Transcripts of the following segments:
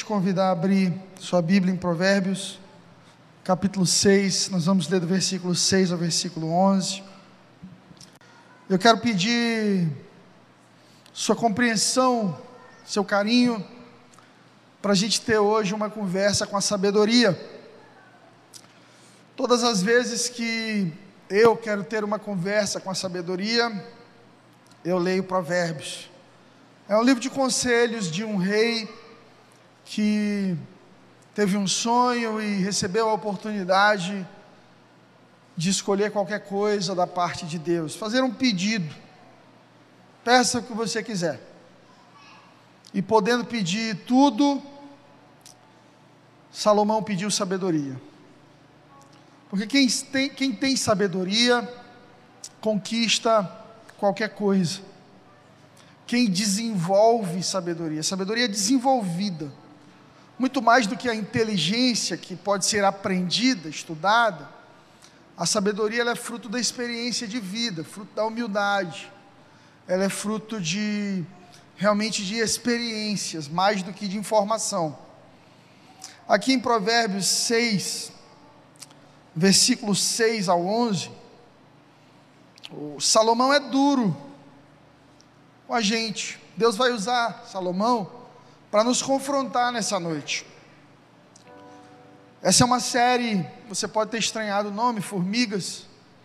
convidar a abrir sua Bíblia em Provérbios, capítulo 6, nós vamos ler do versículo 6 ao versículo 11. Eu quero pedir sua compreensão, seu carinho, para a gente ter hoje uma conversa com a sabedoria. Todas as vezes que eu quero ter uma conversa com a sabedoria, eu leio Provérbios. É um livro de conselhos de um rei que teve um sonho e recebeu a oportunidade de escolher qualquer coisa da parte de Deus, fazer um pedido. Peça o que você quiser. E podendo pedir tudo, Salomão pediu sabedoria. Porque quem tem sabedoria conquista qualquer coisa. Quem desenvolve sabedoria é desenvolvida, muito mais do que a inteligência que pode ser aprendida, estudada. A sabedoria ela é fruto da experiência de vida, fruto da humildade, ela é fruto realmente de experiências, mais do que de informação. Aqui em Provérbios 6, versículos 6 ao 11, o Salomão é duro com a gente. Deus vai usar Salomão para nos confrontar nessa noite. Essa é uma série, você pode ter estranhado o nome, Formigas,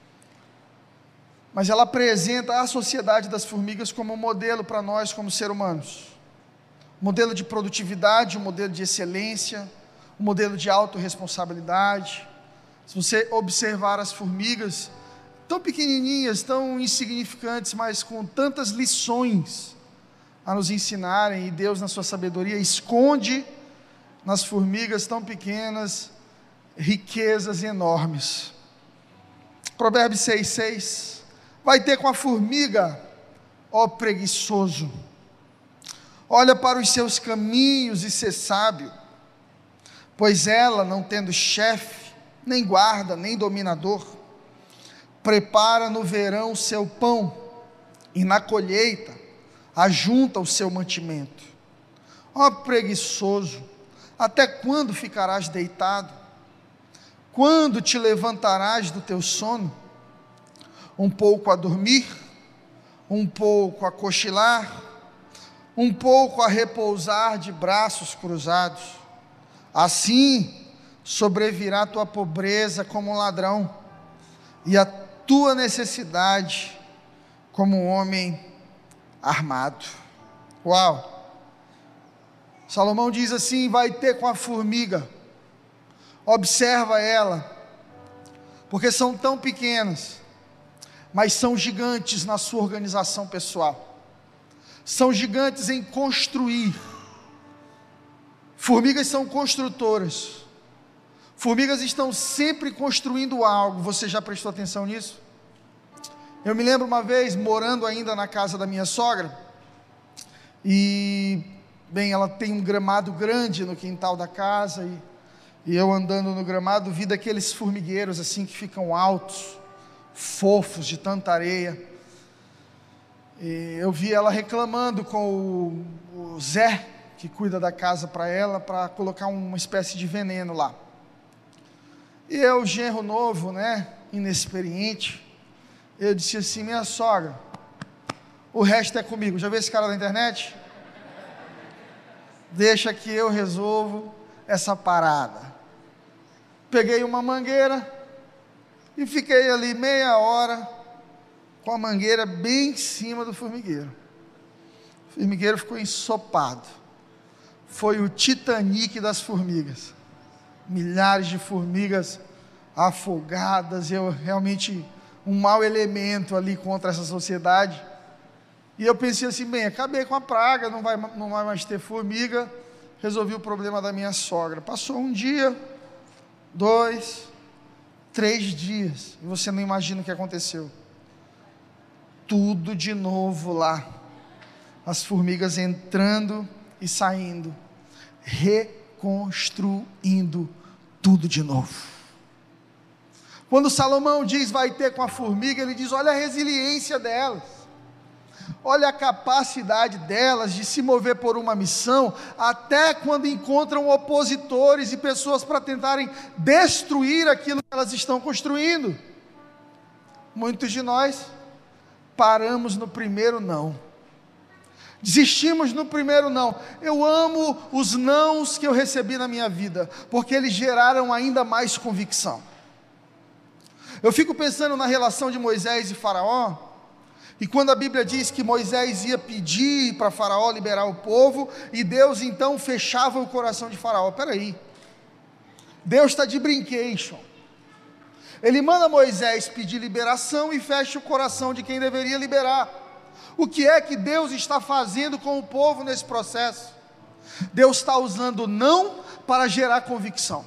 mas ela apresenta a sociedade das formigas como um modelo para nós como seres humanos. Um modelo de produtividade, um modelo de excelência, um modelo de autorresponsabilidade. Se você observar as formigas, tão pequenininhas, tão insignificantes, mas com tantas lições a nos ensinarem, e Deus na sua sabedoria esconde nas formigas tão pequenas riquezas enormes. Provérbios 6:6, vai ter com a formiga, ó preguiçoso, olha para os seus caminhos e ser sábio, pois ela, não tendo chefe, nem guarda, nem dominador, prepara no verão o seu pão, e na colheita ajunta o seu mantimento. Ó preguiçoso, até quando ficarás deitado? Quando te levantarás do teu sono? Um pouco a dormir, um pouco a cochilar, um pouco a repousar de braços cruzados. Assim sobrevirá tua pobreza como um ladrão, e a tua necessidade como um homem armado. Uau! Salomão diz assim: vai ter com a formiga, observa ela, porque são tão pequenas, mas são gigantes na sua organização pessoal, são gigantes em construir. Formigas são construtoras, formigas estão sempre construindo algo. Você já prestou atenção nisso? Eu me lembro uma vez, morando ainda na casa da minha sogra, e, bem, ela tem um gramado grande no quintal da casa, e eu andando no gramado, vi daqueles formigueiros assim, que ficam altos, fofos, de tanta areia, e eu vi ela reclamando com o Zé, que cuida da casa para ela, para colocar uma espécie de veneno lá. E eu, genro novo, inexperiente, eu disse assim: minha sogra, o resto é comigo. Já viu esse cara na internet? Deixa que eu resolvo essa parada. Peguei uma mangueira e fiquei ali meia hora com a mangueira bem em cima do formigueiro. O formigueiro ficou ensopado. Foi o Titanic das formigas. Milhares de formigas afogadas. Eu realmente um mau elemento ali contra essa sociedade, e eu pensei assim: bem, acabei com a praga, não vai mais ter formiga, resolvi o problema da minha sogra. Passou um dia, 2, 3 dias, e você não imagina o que aconteceu, tudo de novo lá, as formigas entrando e saindo, reconstruindo tudo de novo. Quando Salomão diz vai ter com a formiga, ele diz: olha a resiliência delas, Olha a capacidade delas de se mover por uma missão, até quando encontram opositores e pessoas para tentarem destruir aquilo que elas estão construindo. Muitos de nós paramos no primeiro não, desistimos no primeiro não. Eu amo os nãos que eu recebi na minha vida, porque eles geraram ainda mais convicção. Eu fico pensando na relação de Moisés e Faraó, e quando a Bíblia diz que Moisés ia pedir para Faraó liberar o povo, e Deus então fechava o coração de Faraó. Peraí, Deus está de brincation. Ele manda Moisés pedir liberação e fecha o coração de quem deveria liberar. O que é que Deus está fazendo com o povo nesse processo? Deus está usando o não para gerar convicção.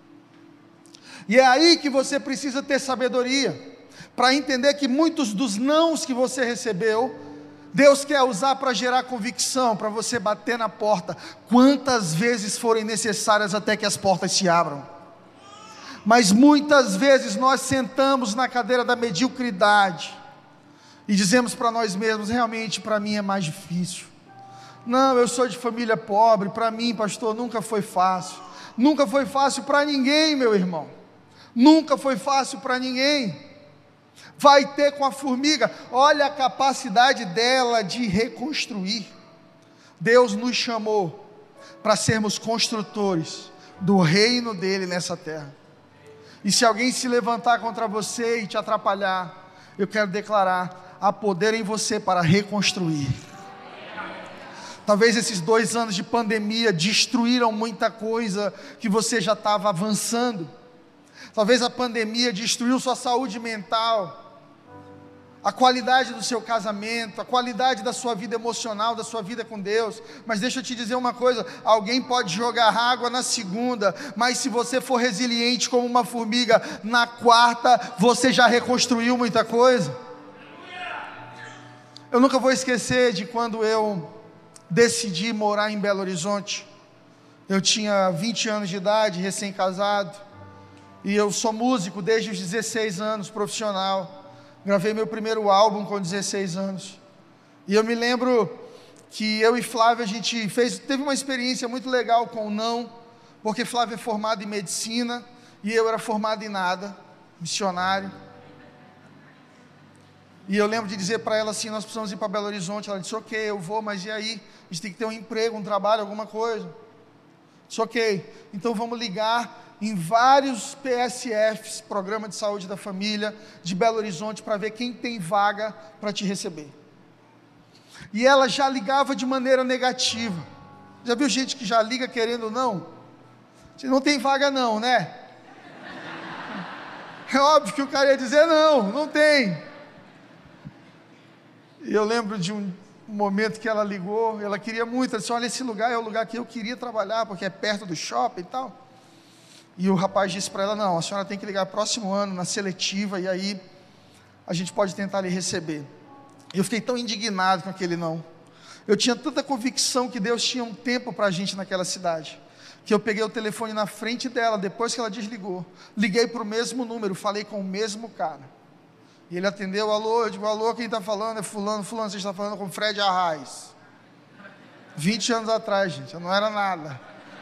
E é aí que você precisa ter sabedoria, para entender que muitos dos nãos que você recebeu, Deus quer usar para gerar convicção, para você bater na porta, quantas vezes forem necessárias até que as portas se abram. Mas muitas vezes nós sentamos na cadeira da mediocridade, e dizemos para nós mesmos, realmente para mim é mais difícil. Não, eu sou de família pobre, para mim, pastor, nunca foi fácil. Nunca foi fácil para ninguém, meu irmão. Nunca foi fácil para ninguém. Vai ter com a formiga. Olha a capacidade dela de reconstruir. Deus nos chamou para sermos construtores do reino dele nessa terra. E se alguém se levantar contra você e te atrapalhar, eu quero declarar: há poder em você para reconstruir. Talvez esses 2 anos de pandemia destruíram muita coisa que você já estava avançando. Talvez a pandemia destruiu sua saúde mental, a qualidade do seu casamento, a qualidade da sua vida emocional, da sua vida com Deus. Mas deixa eu te dizer uma coisa: alguém pode jogar água na segunda, mas se você for resiliente como uma formiga, na quarta você já reconstruiu muita coisa. Eu nunca vou esquecer de quando eu decidi morar em Belo Horizonte. Eu tinha 20 anos de idade, recém-casado, e eu sou músico desde os 16 anos, profissional. Gravei meu primeiro álbum com 16 anos, e eu me lembro que eu e Flávia, a gente teve uma experiência muito legal com o não, porque Flávia é formada em medicina, e eu era formado em nada, missionário. E eu lembro de dizer para ela assim: nós precisamos ir para Belo Horizonte. Ela disse: ok, eu vou, mas e aí? A gente tem que ter um emprego, um trabalho, alguma coisa. Disse: ok, então vamos ligar em vários PSFs, Programa de Saúde da Família, de Belo Horizonte, para ver quem tem vaga para te receber. E ela já ligava de maneira negativa. Já viu gente que já liga querendo não? Você não tem vaga não, né? É óbvio que o cara ia dizer não, não tem. E eu lembro de um momento que ela ligou, ela queria muito, ela disse: olha, esse lugar é o lugar que eu queria trabalhar, porque é perto do shopping e tal. E o rapaz disse para ela: não, a senhora tem que ligar próximo ano, na seletiva, e aí a gente pode tentar lhe receber. E eu fiquei tão indignado com aquele não. Eu tinha tanta convicção que Deus tinha um tempo para a gente naquela cidade, que eu peguei o telefone na frente dela, depois que ela desligou, liguei para o mesmo número, falei com o mesmo cara. E ele atendeu: alô, eu digo: alô, quem está falando? É fulano, você está falando com Fred Arraes. 20 anos atrás, gente, eu não era nada.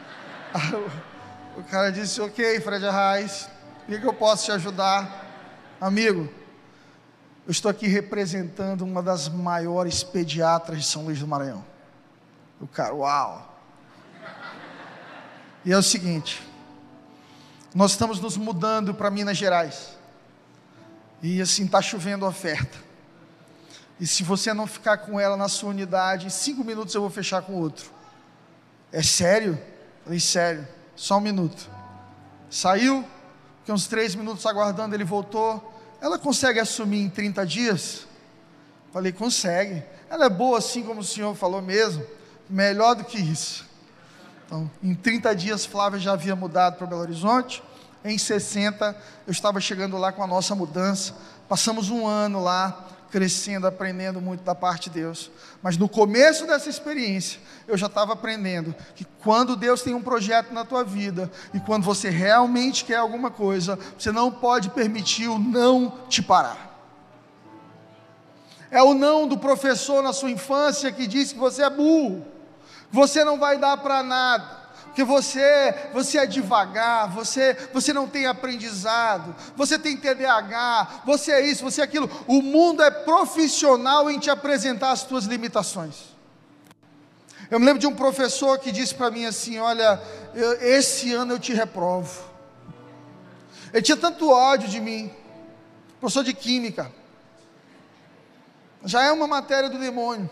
O cara disse: ok, Fred Arraes, o que eu posso te ajudar? Amigo, eu estou aqui representando uma das maiores pediatras de São Luís do Maranhão. O cara: uau. E é o seguinte, nós estamos nos mudando para Minas Gerais, e assim, está chovendo oferta, e se você não ficar com ela na sua unidade, em 5 minutos eu vou fechar com outro. É sério? Eu falei: sério, só 1 minuto. Saiu, fiquei uns 3 minutos aguardando, ele voltou. Ela consegue assumir em 30 dias? Falei: consegue. Ela é boa assim como o senhor falou mesmo? Melhor do que isso. Então, em 30 dias Flávia já havia mudado para Belo Horizonte. Em 60 eu estava chegando lá com a nossa mudança. Passamos 1 ano lá, crescendo, aprendendo muito da parte de Deus. Mas no começo dessa experiência, eu já estava aprendendo que quando Deus tem um projeto na tua vida, e quando você realmente quer alguma coisa, você não pode permitir o não te parar. É o não do professor na sua infância que diz que você é burro, que você não vai dar para nada, que você é devagar, você não tem aprendizado, você tem TDAH, você é isso, você é aquilo. O mundo é profissional em te apresentar as tuas limitações. Eu me lembro de um professor que disse para mim assim: olha, esse ano eu te reprovo. Ele tinha tanto ódio de mim, professor de química, já é uma matéria do demônio.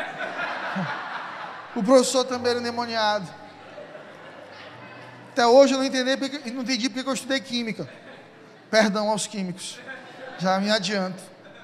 O professor também era endemoniado. Até hoje eu não entendi porque eu estudei química. Perdão aos químicos, já me adianto.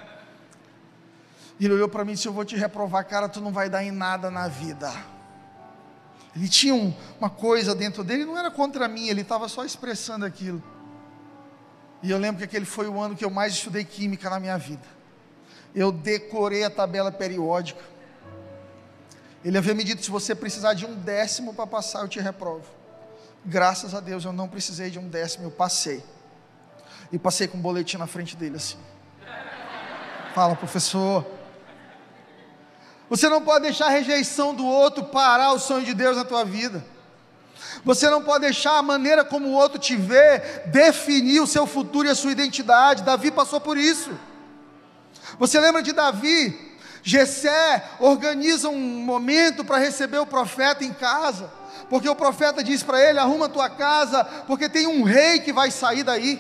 Ele olhou para mim e disse: eu vou te reprovar, cara, tu não vai dar em nada na vida. Ele tinha uma coisa dentro dele, não era contra mim, ele estava só expressando aquilo. E eu lembro que aquele foi o ano que eu mais estudei química na minha vida. Eu decorei a tabela periódica. Ele havia me dito: se você precisar de 1/10 para passar, eu te reprovo. Graças a Deus eu não precisei de 1/10, eu passei. E passei com um boletim na frente dele assim. Fala, professor. Você não pode deixar a rejeição do outro parar o sonho de Deus na tua vida. Você não pode deixar a maneira como o outro te vê definir o seu futuro e a sua identidade. Davi passou por isso. Você lembra de Davi? Jessé organiza um momento para receber o profeta em casa, porque o profeta diz para ele: arruma a tua casa, porque tem um rei que vai sair daí.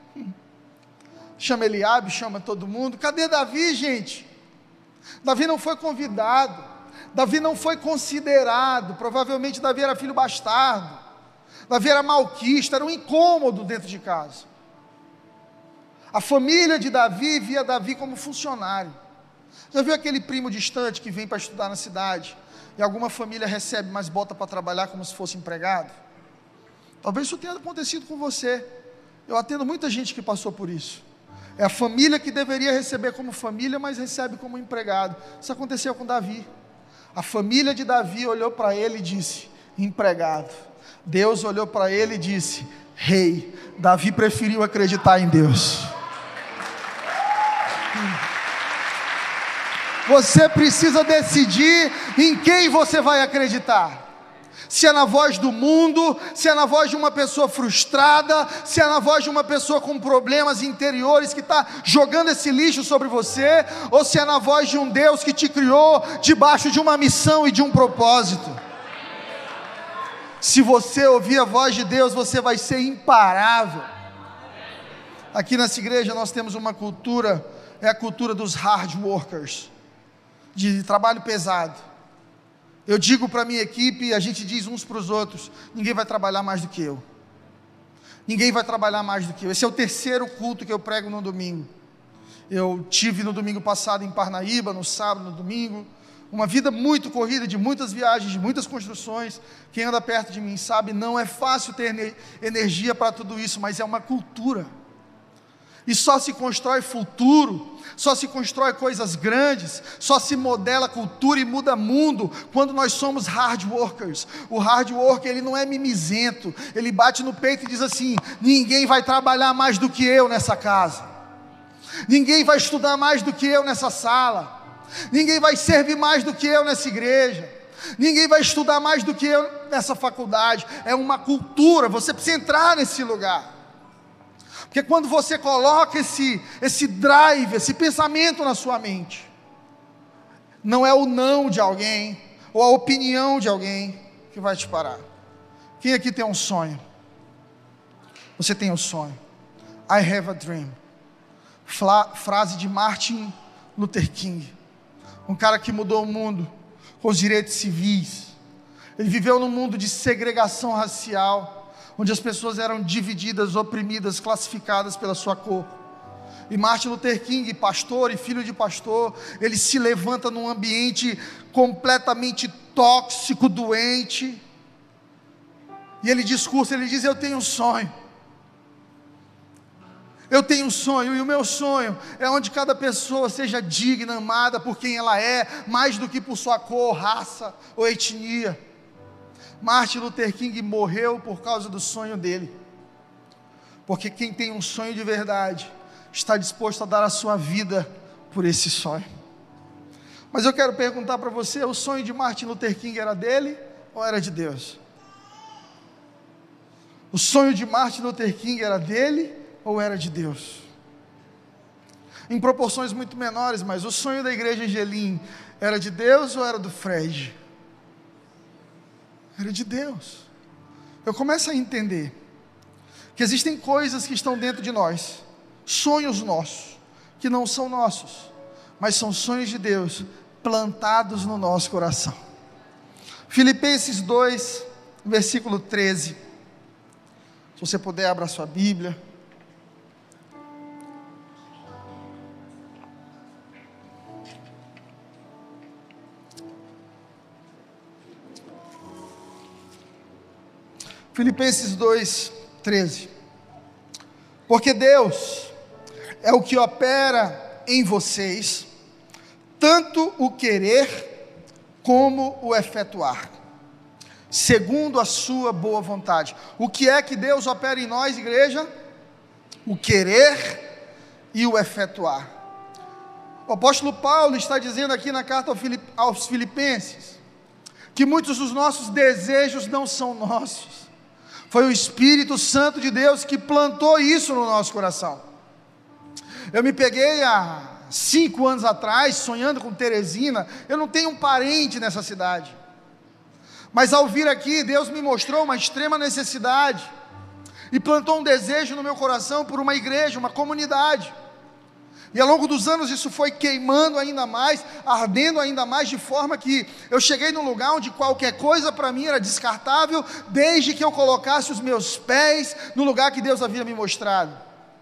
Chama Eliabe, chama todo mundo. Cadê Davi, gente? Davi não foi convidado, Davi não foi considerado. Provavelmente Davi era filho bastardo, Davi era malquista, era um incômodo dentro de casa. A família de Davi via Davi como funcionário. Já viu aquele primo distante que vem para estudar na cidade, e alguma família recebe, mas bota para trabalhar como se fosse empregado? Talvez isso tenha acontecido com você. Eu atendo muita gente que passou por isso. É a família que deveria receber como família, mas recebe como empregado. Isso aconteceu com Davi. A família de Davi olhou para ele e disse: empregado. Deus olhou para ele e disse: rei. Davi preferiu acreditar em Deus. Você precisa decidir em quem você vai acreditar. Se é na voz do mundo, se é na voz de uma pessoa frustrada, se é na voz de uma pessoa com problemas interiores que está jogando esse lixo sobre você, ou se é na voz de um Deus que te criou debaixo de uma missão e de um propósito. Se você ouvir a voz de Deus, você vai ser imparável. Aqui nessa igreja nós temos uma cultura, é a cultura dos hard workers, de trabalho pesado. Eu digo para a minha equipe, a gente diz uns para os outros: ninguém vai trabalhar mais do que eu. Ninguém vai trabalhar mais do que eu. Esse é o terceiro culto que eu prego no domingo. Eu tive no domingo passado em Parnaíba, no sábado, no domingo. Uma vida muito corrida, de muitas viagens, de muitas construções. Quem anda perto de mim sabe, não é fácil ter energia para tudo isso, mas é uma cultura. E só se constrói futuro, só se constrói coisas grandes, só se modela cultura e muda mundo quando nós somos hard workers. O hard worker, ele não é mimizento, ele bate no peito e diz assim: ninguém vai trabalhar mais do que eu nessa casa, ninguém vai estudar mais do que eu nessa sala, ninguém vai servir mais do que eu nessa igreja, ninguém vai estudar mais do que eu nessa faculdade. É uma cultura, você precisa entrar nesse lugar. Porque quando você coloca esse drive, esse pensamento na sua mente, não é o não de alguém, ou a opinião de alguém que vai te parar. Quem aqui tem um sonho? Você tem um sonho. I have a dream. Frase de Martin Luther King, um cara que mudou o mundo com os direitos civis. Ele viveu num mundo de segregação racial, onde as pessoas eram divididas, oprimidas, classificadas pela sua cor. E Martin Luther King, pastor e filho de pastor, ele se levanta num ambiente completamente tóxico, doente, e ele discursa, ele diz: eu tenho um sonho. Eu tenho um sonho, e o meu sonho é onde cada pessoa seja digna, amada por quem ela é, mais do que por sua cor, raça ou etnia. Martin Luther King morreu por causa do sonho dele, porque quem tem um sonho de verdade, está disposto a dar a sua vida por esse sonho. Mas eu quero perguntar para você, o sonho de Martin Luther King era dele ou era de Deus? O sonho de Martin Luther King era dele ou era de Deus? Em proporções muito menores, mas o sonho da igreja Angelim era de Deus ou era do Fred? Era de Deus. Eu começo a entender que existem coisas que estão dentro de nós, sonhos nossos, que não são nossos, mas são sonhos de Deus, plantados no nosso coração. Filipenses 2, versículo 13. Se você puder, abra a sua Bíblia. Filipenses 2, 13. Porque Deus é o que opera em vocês, tanto o querer como o efetuar, segundo a sua boa vontade. O que é que Deus opera em nós, igreja? O querer e o efetuar. O apóstolo Paulo está dizendo aqui na carta aos Filipenses, que muitos dos nossos desejos não são nossos, foi o Espírito Santo de Deus que plantou isso no nosso coração. Eu me peguei há 5 anos atrás, sonhando com Teresina. Eu não tenho um parente nessa cidade, mas ao vir aqui, Deus me mostrou uma extrema necessidade, e plantou um desejo no meu coração por uma igreja, uma comunidade, e ao longo dos anos isso foi queimando ainda mais, ardendo ainda mais, de forma que eu cheguei num lugar onde qualquer coisa para mim era descartável, desde que eu colocasse os meus pés no lugar que Deus havia me mostrado.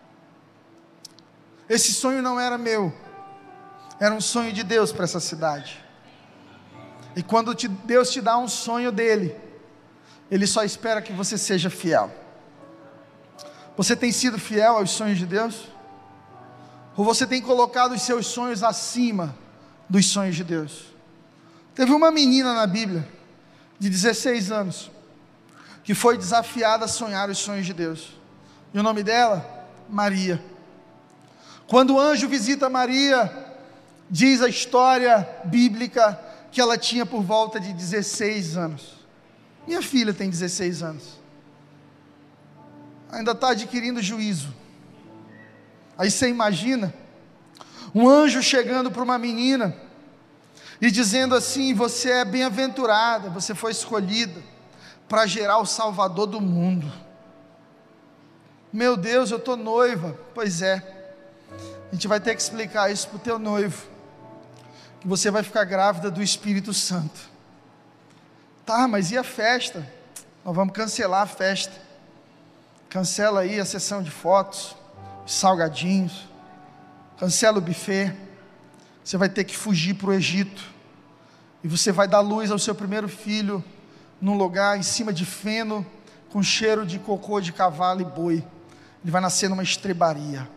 Esse sonho não era meu, era um sonho de Deus para essa cidade. E quando Deus te dá um sonho dele, Ele só espera que você seja fiel. Você tem sido fiel aos sonhos de Deus? Ou você tem colocado os seus sonhos acima dos sonhos de Deus? Teve uma menina na Bíblia, de 16 anos, que foi desafiada a sonhar os sonhos de Deus. E o nome dela? Maria. Quando o anjo visita Maria, diz a história bíblica que ela tinha por volta de 16 anos. Minha filha tem 16 anos. Ainda está adquirindo juízo. Aí você imagina um anjo chegando para uma menina e dizendo assim: você é bem-aventurada, você foi escolhida para gerar o Salvador do mundo. Meu Deus, eu estou noiva. Pois é, a gente vai ter que explicar isso para o teu noivo, que você vai ficar grávida do Espírito Santo. Tá, mas e a festa? Nós vamos cancelar a festa. Cancela aí a sessão de fotos, salgadinhos, cancela o buffet. Você vai ter que fugir para o Egito, e você vai dar luz ao seu primeiro filho num lugar em cima de feno, com cheiro de cocô de cavalo e boi. Ele vai nascer numa estrebaria.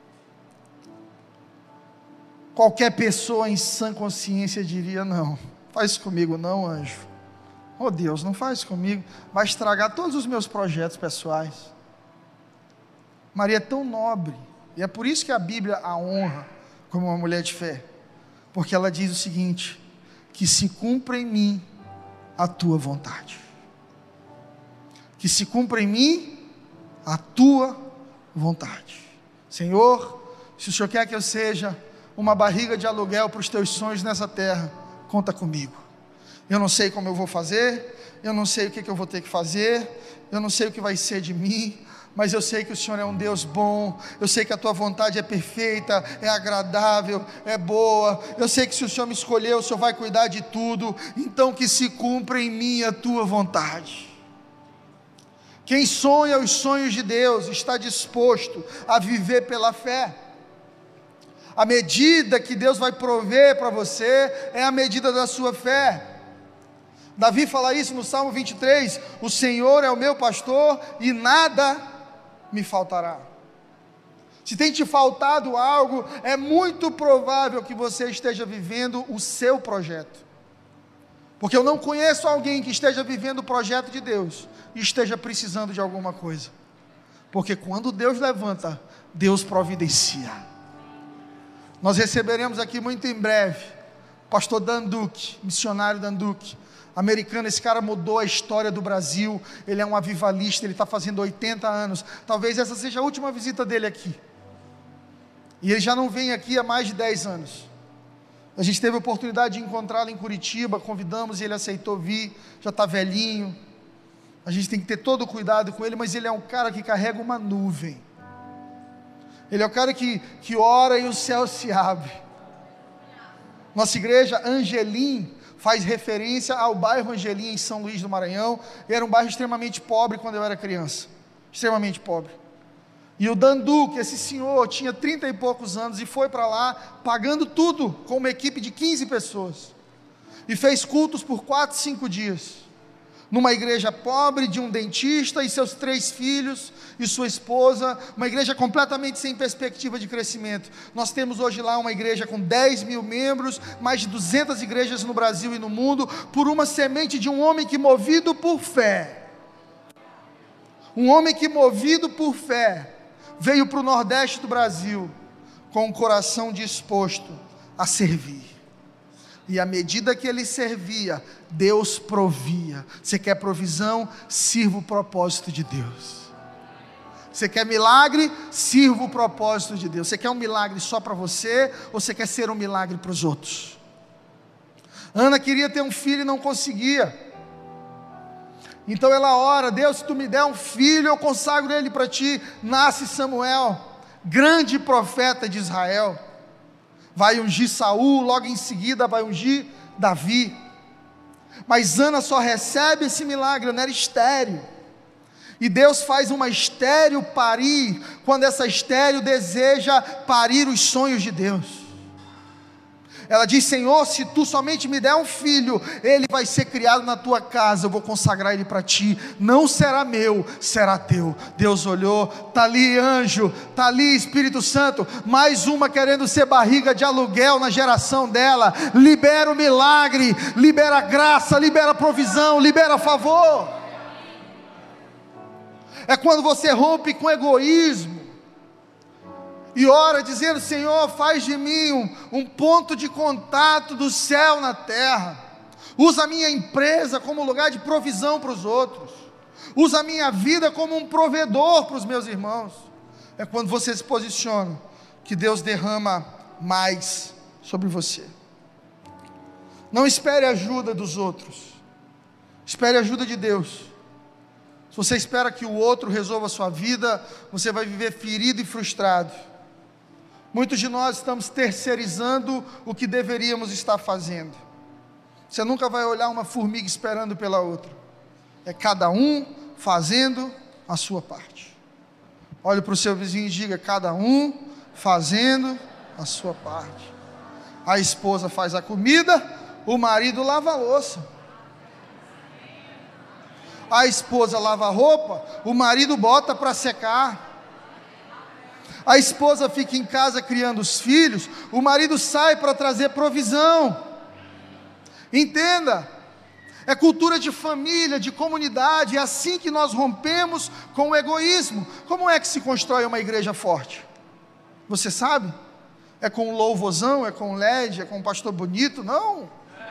Qualquer pessoa em sã consciência diria: não, faz isso comigo não, anjo. Oh Deus, não faz isso comigo, vai estragar todos os meus projetos pessoais. Maria é tão nobre, e é por isso que a Bíblia a honra como uma mulher de fé, porque ela diz o seguinte: que se cumpra em mim a tua vontade, que se cumpra em mim a tua vontade. Senhor, se o Senhor quer que eu seja uma barriga de aluguel para os teus sonhos nessa terra, conta comigo. Eu não sei como eu vou fazer, eu não sei o que eu vou ter que fazer, eu não sei o que vai ser de mim, mas eu sei que o Senhor é um Deus bom, eu sei que a tua vontade é perfeita, é agradável, é boa, eu sei que se o Senhor me escolher, o Senhor vai cuidar de tudo, então que se cumpra em mim a tua vontade. Quem sonha os sonhos de Deus está disposto a viver pela fé. A medida que Deus vai prover para você é a medida da sua fé. Davi fala isso no Salmo 23, o Senhor é o meu pastor e nada me faltará. Se tem te faltado algo, é muito provável que você esteja vivendo o seu projeto, porque eu não conheço alguém que esteja vivendo o projeto de Deus e esteja precisando de alguma coisa, porque quando Deus levanta, Deus providencia. Nós receberemos aqui muito em breve Pastor Dan Duque, missionário Dan Duque, americano. Esse cara mudou a história do Brasil. Ele é um avivalista, ele está fazendo 80 anos. Talvez essa seja a última visita dele aqui. E ele já não vem aqui há mais de 10 anos. A gente teve a oportunidade de encontrá-lo em Curitiba, convidamos e ele aceitou vir, já está velhinho. A gente tem que ter todo o cuidado com ele, mas ele é um cara que carrega uma nuvem. Ele é o cara que ora e o céu se abre. Nossa igreja, Angelim, faz referência ao bairro Angelim, em São Luís do Maranhão. Era um bairro extremamente pobre quando eu era criança. Extremamente pobre. E o Dan Duque, esse senhor, tinha 30 e poucos anos e foi para lá, pagando tudo, com uma equipe de 15 pessoas. E fez cultos por 4, 5 dias. Numa igreja pobre, de um dentista e seus 3 filhos e sua esposa, uma igreja completamente sem perspectiva de crescimento. Nós temos hoje lá uma igreja com 10 mil membros, mais de 200 igrejas no Brasil e no mundo, por uma semente de um homem que, movido por fé, veio para o Nordeste do Brasil, com o coração disposto a servir. E à medida que ele servia, Deus provia. Você quer provisão? Sirva o propósito de Deus. Você quer milagre? Sirva o propósito de Deus. Você quer um milagre só para você, ou você quer ser um milagre para os outros? Ana queria ter um filho e não conseguia. Então ela ora: Deus, se tu me der um filho, eu consagro ele para ti. Nasce Samuel, grande profeta de Israel. Vai ungir Saul, logo em seguida vai ungir Davi. Mas Ana só recebe esse milagre, Ana era estéril. E Deus faz uma estéril parir, quando essa estéril deseja parir os sonhos de Deus. Ela diz: Senhor, se tu somente me der um filho, ele vai ser criado na tua casa, eu vou consagrar ele para ti, não será meu, será teu. Deus olhou: está ali anjo, está ali Espírito Santo, mais uma querendo ser barriga de aluguel na geração dela. Libera o milagre, libera a graça, libera a provisão, libera favor. É quando você rompe com egoísmo e ora dizendo: Senhor, faz de mim um ponto de contato do céu na terra. Usa a minha empresa como lugar de provisão para os outros. Usa a minha vida como um provedor para os meus irmãos. É quando você se posiciona que Deus derrama mais sobre você. Não espere a ajuda dos outros, espere a ajuda de Deus. Se você espera que o outro resolva a sua vida, você vai viver ferido e frustrado. Muitos de nós estamos terceirizando o que deveríamos estar fazendo. Você nunca vai olhar uma formiga esperando pela outra. É cada um fazendo a sua parte. Olhe para o seu vizinho e diga: cada um fazendo a sua parte. A esposa faz a comida, o marido lava a louça. A esposa lava a roupa, o marido bota para secar. A esposa fica em casa criando os filhos, o marido sai para trazer provisão. Entenda, é cultura de família, de comunidade. É assim que nós rompemos com o egoísmo. Como é que se constrói uma igreja forte? Você sabe? É com um louvorzão, é com um LED, é com um pastor bonito? Não.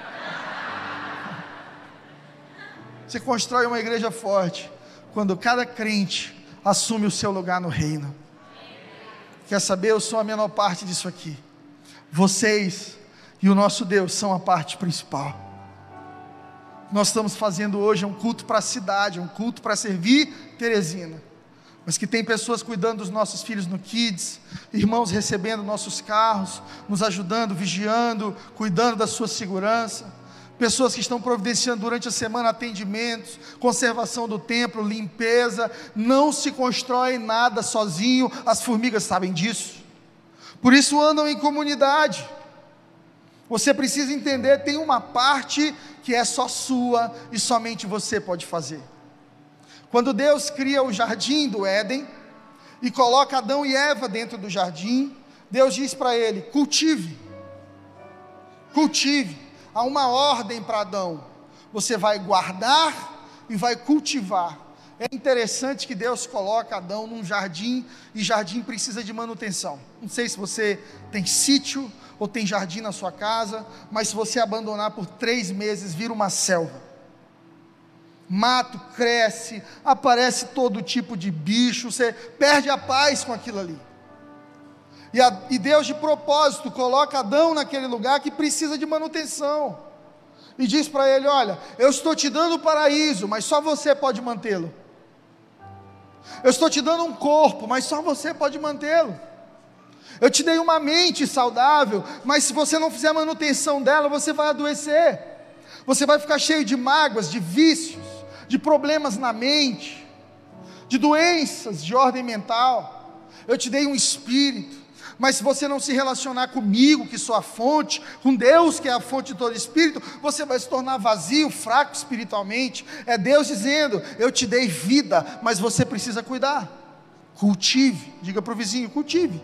Você constrói uma igreja forte quando cada crente assume o seu lugar no reino. Quer saber? Eu sou a menor parte disso aqui. Vocês e o nosso Deus são a parte principal. Nós estamos fazendo hoje um culto para a cidade, um culto para servir Teresina, mas que tem pessoas cuidando dos nossos filhos no Kids, irmãos recebendo nossos carros, nos ajudando, vigiando, cuidando da sua segurança, pessoas que estão providenciando durante a semana atendimentos, conservação do templo, limpeza. Não se constrói nada sozinho, as formigas sabem disso, por isso andam em comunidade. Você precisa entender, tem uma parte que é só sua e somente você pode fazer. Quando Deus cria o jardim do Éden e coloca Adão e Eva dentro do jardim, Deus diz para ele: cultive. Há uma ordem para Adão: você vai guardar e vai cultivar. É interessante que Deus coloca Adão num jardim, e jardim precisa de manutenção. Não sei se você tem sítio ou tem jardim na sua casa, mas se você abandonar por 3 meses, vira uma selva. Mato cresce, aparece todo tipo de bicho, você perde a paz com aquilo ali. E Deus de propósito coloca Adão naquele lugar que precisa de manutenção, e diz para ele: olha, eu estou te dando o paraíso, mas só você pode mantê-lo. Eu estou te dando um corpo, mas só você pode mantê-lo. Eu te dei uma mente saudável, mas se você não fizer manutenção dela, você vai adoecer. Você vai ficar cheio de mágoas, de vícios, de problemas na mente, de doenças de ordem mental. Eu te dei um espírito, mas se você não se relacionar comigo, que sou a fonte, com Deus, que é a fonte de todo espírito, você vai se tornar vazio, fraco espiritualmente. É Deus dizendo: eu te dei vida, mas você precisa cuidar. Cultive, diga para o vizinho: cultive.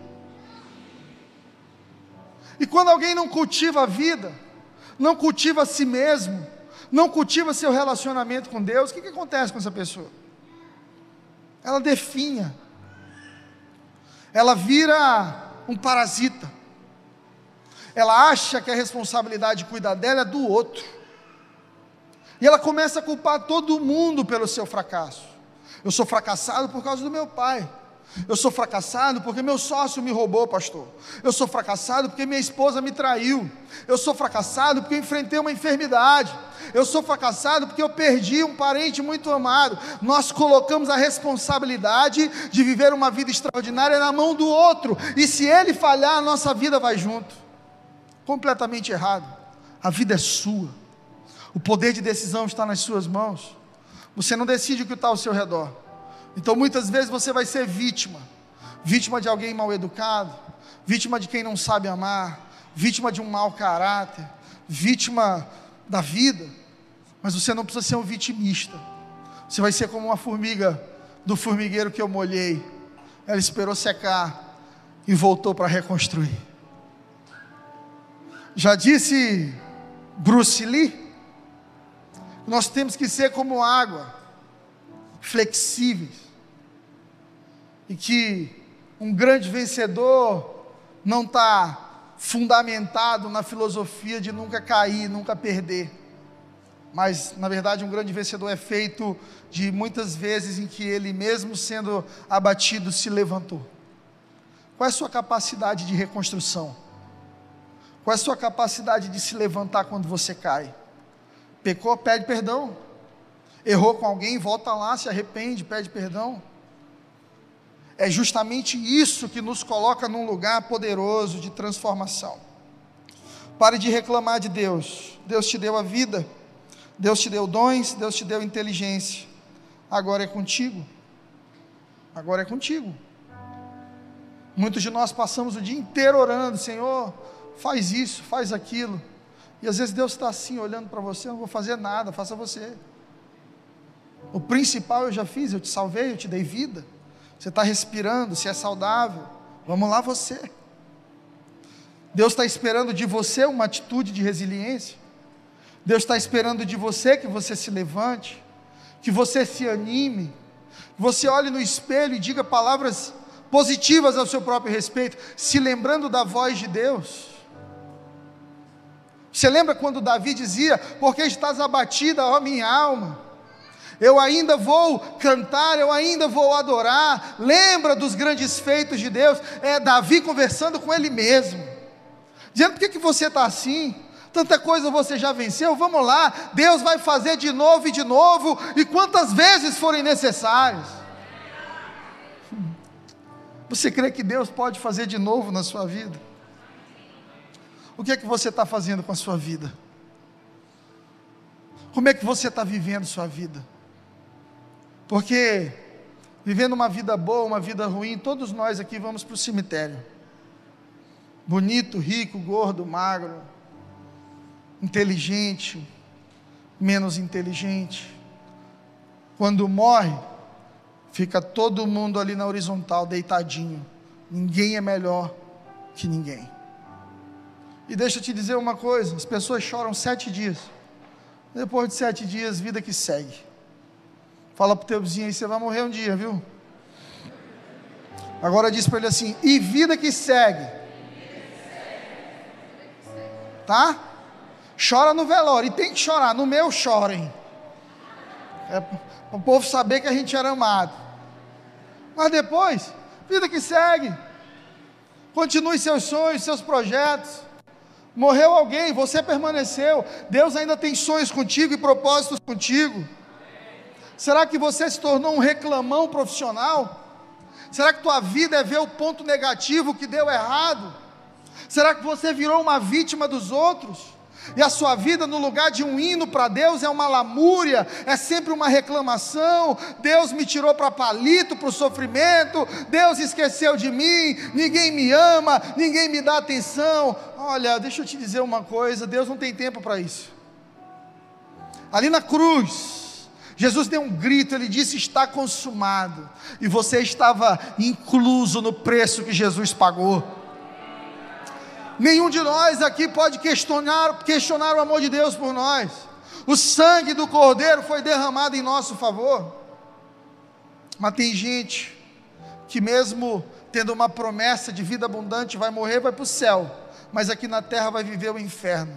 E quando alguém não cultiva a vida, não cultiva a si mesmo, não cultiva seu relacionamento com Deus, o que acontece com essa pessoa? Ela definha, ela vira um parasita, ela acha que a responsabilidade de cuidar dela é do outro, e ela começa a culpar todo mundo pelo seu fracasso. Eu sou fracassado por causa do meu pai, eu sou fracassado porque meu sócio me roubou, pastor. Eu sou fracassado porque minha esposa me traiu. Eu sou fracassado porque eu enfrentei uma enfermidade. Eu sou fracassado porque eu perdi um parente muito amado. Nós colocamos a responsabilidade de viver uma vida extraordinária na mão do outro, e se ele falhar, a nossa vida vai junto. Completamente errado. A vida é sua, o poder de decisão está nas suas mãos. Você não decide o que está ao seu redor. Então muitas vezes você vai ser vítima de alguém mal educado, vítima de quem não sabe amar, vítima de um mau caráter, vítima da vida. Mas você não precisa ser um vitimista. Você vai ser como uma formiga do formigueiro que eu molhei. Ela esperou secar e voltou para reconstruir. Já disse Bruce Lee, nós temos que ser como água, flexíveis, e que um grande vencedor não está fundamentado na filosofia de nunca cair, nunca perder, mas na verdade um grande vencedor é feito de muitas vezes em que ele, mesmo sendo abatido, se levantou. Qual é a sua capacidade de reconstrução? Qual é a sua capacidade de se levantar quando você cai? Pecou, pede perdão. Errou com alguém, volta lá, se arrepende, pede perdão. É justamente isso que nos coloca num lugar poderoso de transformação. Pare de reclamar de Deus. Deus te deu a vida, Deus te deu dons, Deus te deu inteligência. Agora é contigo. Agora é contigo. Muitos de nós passamos o dia inteiro orando: Senhor, faz isso, faz aquilo. E às vezes Deus está assim, olhando para você: eu não vou fazer nada, faça você. O principal eu já fiz, eu te salvei, eu te dei vida. Você está respirando, você é saudável, vamos lá você. Deus está esperando de você uma atitude de resiliência. Deus está esperando de você que você se levante, que você se anime, que você olhe no espelho e diga palavras positivas ao seu próprio respeito, se lembrando da voz de Deus. Você lembra quando Davi dizia: porque estás abatida, ó minha alma? Eu ainda vou cantar, eu ainda vou adorar. Lembra dos grandes feitos de Deus. É Davi conversando com ele mesmo, dizendo: por que você está assim? Tanta coisa você já venceu, vamos lá, Deus vai fazer de novo e quantas vezes forem necessárias. Você crê que Deus pode fazer de novo na sua vida? O que é que você está fazendo com a sua vida? Como é que você está vivendo sua vida? Porque vivendo uma vida boa, uma vida ruim, todos nós aqui vamos para o cemitério. Bonito, rico, gordo, magro, inteligente, menos inteligente. Quando morre, fica todo mundo ali na horizontal, deitadinho. Ninguém é melhor que ninguém. E deixa eu te dizer uma coisa: as pessoas choram 7 dias. Depois de 7 dias, vida que segue. Fala para o teu vizinho aí: você vai morrer um dia, viu? Agora diz para ele assim: e vida que segue. tá? Chora no velório, e tem que chorar, no meu chorem. Para o povo saber que a gente era amado. Mas depois, vida que segue. Continue seus sonhos, seus projetos. Morreu alguém, você permaneceu. Deus ainda tem sonhos contigo e propósitos contigo. Será que você se tornou um reclamão profissional? Será que tua vida é ver o ponto negativo que deu errado? Será que você virou uma vítima dos outros? E a sua vida, no lugar de um hino para Deus, é uma lamúria, é sempre uma reclamação. Deus me tirou para palito, para o sofrimento. Deus esqueceu de mim, ninguém me ama, ninguém me dá atenção. Olha, deixa eu te dizer uma coisa, Deus não tem tempo para isso. Ali na cruz, Jesus deu um grito, Ele disse: está consumado, e você estava incluso no preço que Jesus pagou. Nenhum de nós aqui pode questionar o amor de Deus por nós. O sangue do Cordeiro foi derramado em nosso favor. Mas tem gente que mesmo tendo uma promessa de vida abundante, vai morrer, vai para o céu, mas aqui na terra vai viver o inferno.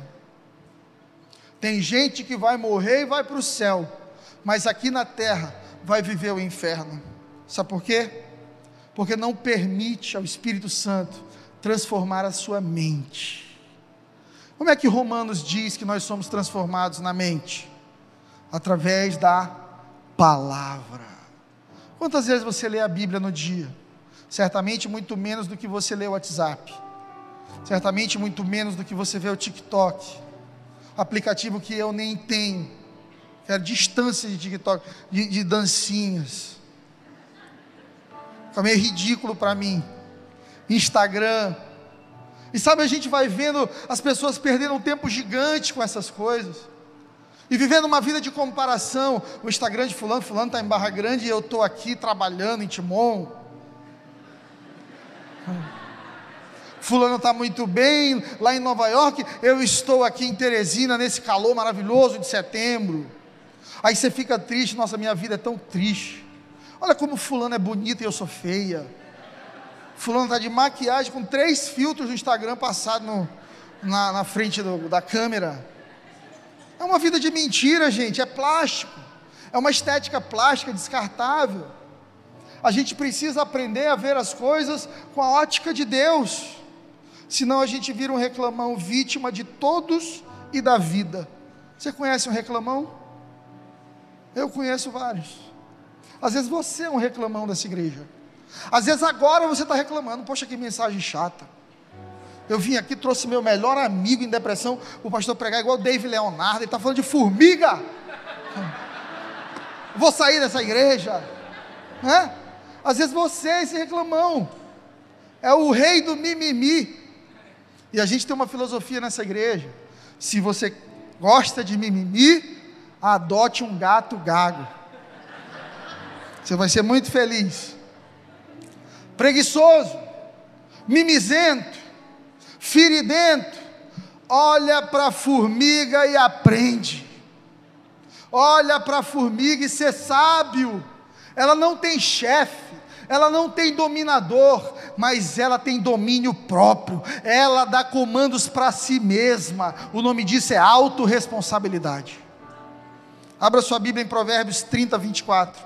Tem gente que vai morrer e vai para o céu, mas aqui na terra vai viver o inferno. Sabe por quê? Porque não permite ao Espírito Santo transformar a sua mente. Como é que Romanos diz que nós somos transformados na mente? Através da palavra. Quantas vezes você lê a Bíblia no dia? Certamente muito menos do que você lê o WhatsApp. Certamente muito menos do que você vê o TikTok. Aplicativo que eu nem tenho. Quero distância de TikTok, de dancinhas. Fica meio ridículo para mim. Instagram. E sabe, a gente vai vendo as pessoas perdendo um tempo gigante com essas coisas. E vivendo uma vida de comparação. O Instagram de fulano está em Barra Grande e eu estou aqui trabalhando em Timon. Fulano está muito bem lá em Nova York, eu estou aqui em Teresina nesse calor maravilhoso de setembro. Aí você fica triste, nossa, minha vida é tão triste. Olha como fulano é bonito e eu sou feia. Fulano está de maquiagem com 3 filtros no Instagram passado na frente da câmera. É uma vida de mentira, gente, é plástico. É uma estética plástica descartável. A gente precisa aprender a ver as coisas com a ótica de Deus. Senão a gente vira um reclamão, vítima de todos e da vida. Você conhece um reclamão? Eu conheço vários. Às vezes você é um reclamão dessa igreja. Às vezes agora você está reclamando: poxa, que mensagem chata. Eu vim aqui, trouxe meu melhor amigo em depressão, o pastor pregar igual o David Leonardo, ele está falando de formiga. Vou sair dessa igreja, né? Às vezes você é esse reclamão, é o rei do mimimi. E a gente tem uma filosofia nessa igreja: se você gosta de mimimi, adote um gato gago, você vai ser muito feliz. Preguiçoso, mimizento, feridento, olha para a formiga e aprende. Olha para a formiga e ser sábio. Ela não tem chefe, ela não tem dominador, mas ela tem domínio próprio. Ela dá comandos para si mesma. O nome disso é autorresponsabilidade. Abra sua Bíblia em Provérbios 30, 24.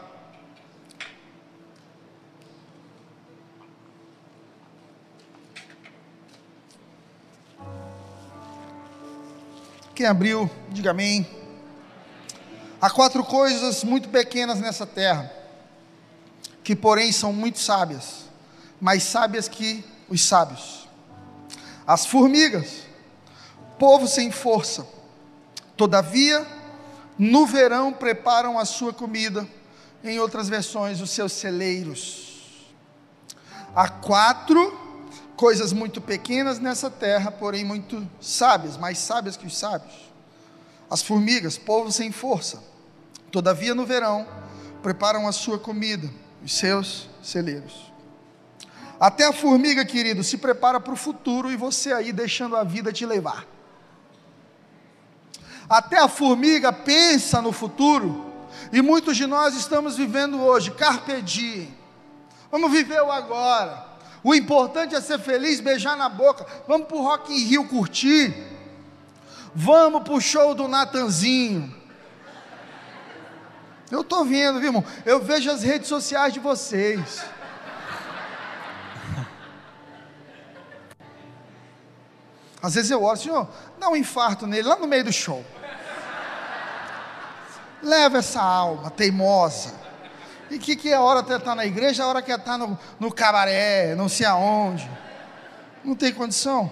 Quem abriu, diga amém. Há 4 coisas muito pequenas nessa terra, que porém são muito sábias, mais sábias que os sábios. As formigas, povo sem força, todavia, no verão preparam a sua comida, em outras versões, os seus celeiros. Há 4 coisas muito pequenas nessa terra, porém muito sábias, mais sábias que os sábios. As formigas, povo sem força, todavia no verão preparam a sua comida, os seus celeiros. Até a formiga, querido, se prepara para o futuro, e você aí deixando a vida te levar. Até a formiga pensa no futuro, e muitos de nós estamos vivendo hoje, carpe diem. Vamos viver o agora. O importante é ser feliz, beijar na boca. Vamos para o Rock in Rio curtir. Vamos para o show do Natanzinho. Eu estou vendo, viu, irmão? Eu vejo as redes sociais de vocês. Às vezes eu oro, Senhor, dá um infarto nele lá no meio do show. Leva essa alma teimosa. E que a hora até estar na igreja, a hora que estar no cabaré, não sei aonde. Não tem condição.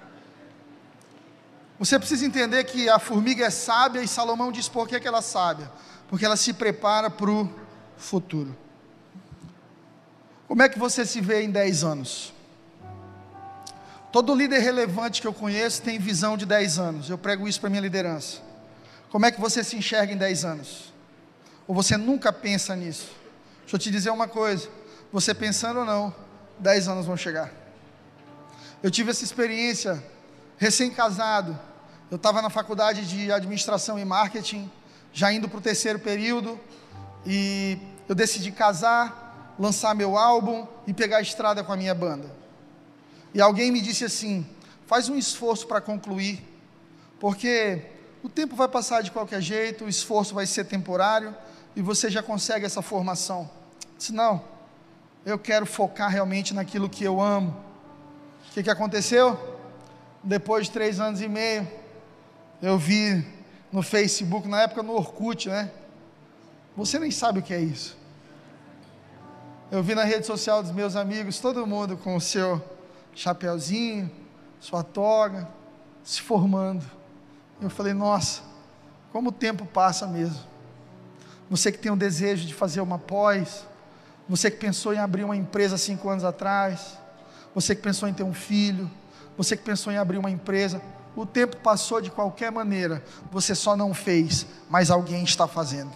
Você precisa entender que a formiga é sábia, e Salomão diz por que ela é sábia. Porque ela se prepara para o futuro. Como é que você se vê em 10 anos? Todo líder relevante que eu conheço tem visão de 10 anos. Eu prego isso para minha liderança. Como é que você se enxerga em 10 anos? Ou você nunca pensa nisso? Deixa eu te dizer uma coisa. Você pensando ou não, 10 anos vão chegar. Eu tive essa experiência recém-casado. Eu estava na faculdade de administração e marketing, já indo para o 3º período, e eu decidi casar, lançar meu álbum e pegar a estrada com a minha banda. E alguém me disse assim: faz um esforço para concluir, porque o tempo vai passar de qualquer jeito, o esforço vai ser temporário, e você já consegue essa formação. Eu disse: não, eu quero focar realmente naquilo que eu amo. O que aconteceu? Depois de 3 anos e meio, eu vi no Facebook, na época no Orkut, né? Você nem sabe o que é isso. Eu vi na rede social dos meus amigos, todo mundo com o seu chapeuzinho, sua toga, se formando. Eu falei: nossa, como o tempo passa mesmo. Você que tem o desejo de fazer uma pós, você que pensou em abrir uma empresa 5 anos atrás, você que pensou em ter um filho, você que pensou em abrir uma empresa, o tempo passou de qualquer maneira, você só não fez, mas alguém está fazendo.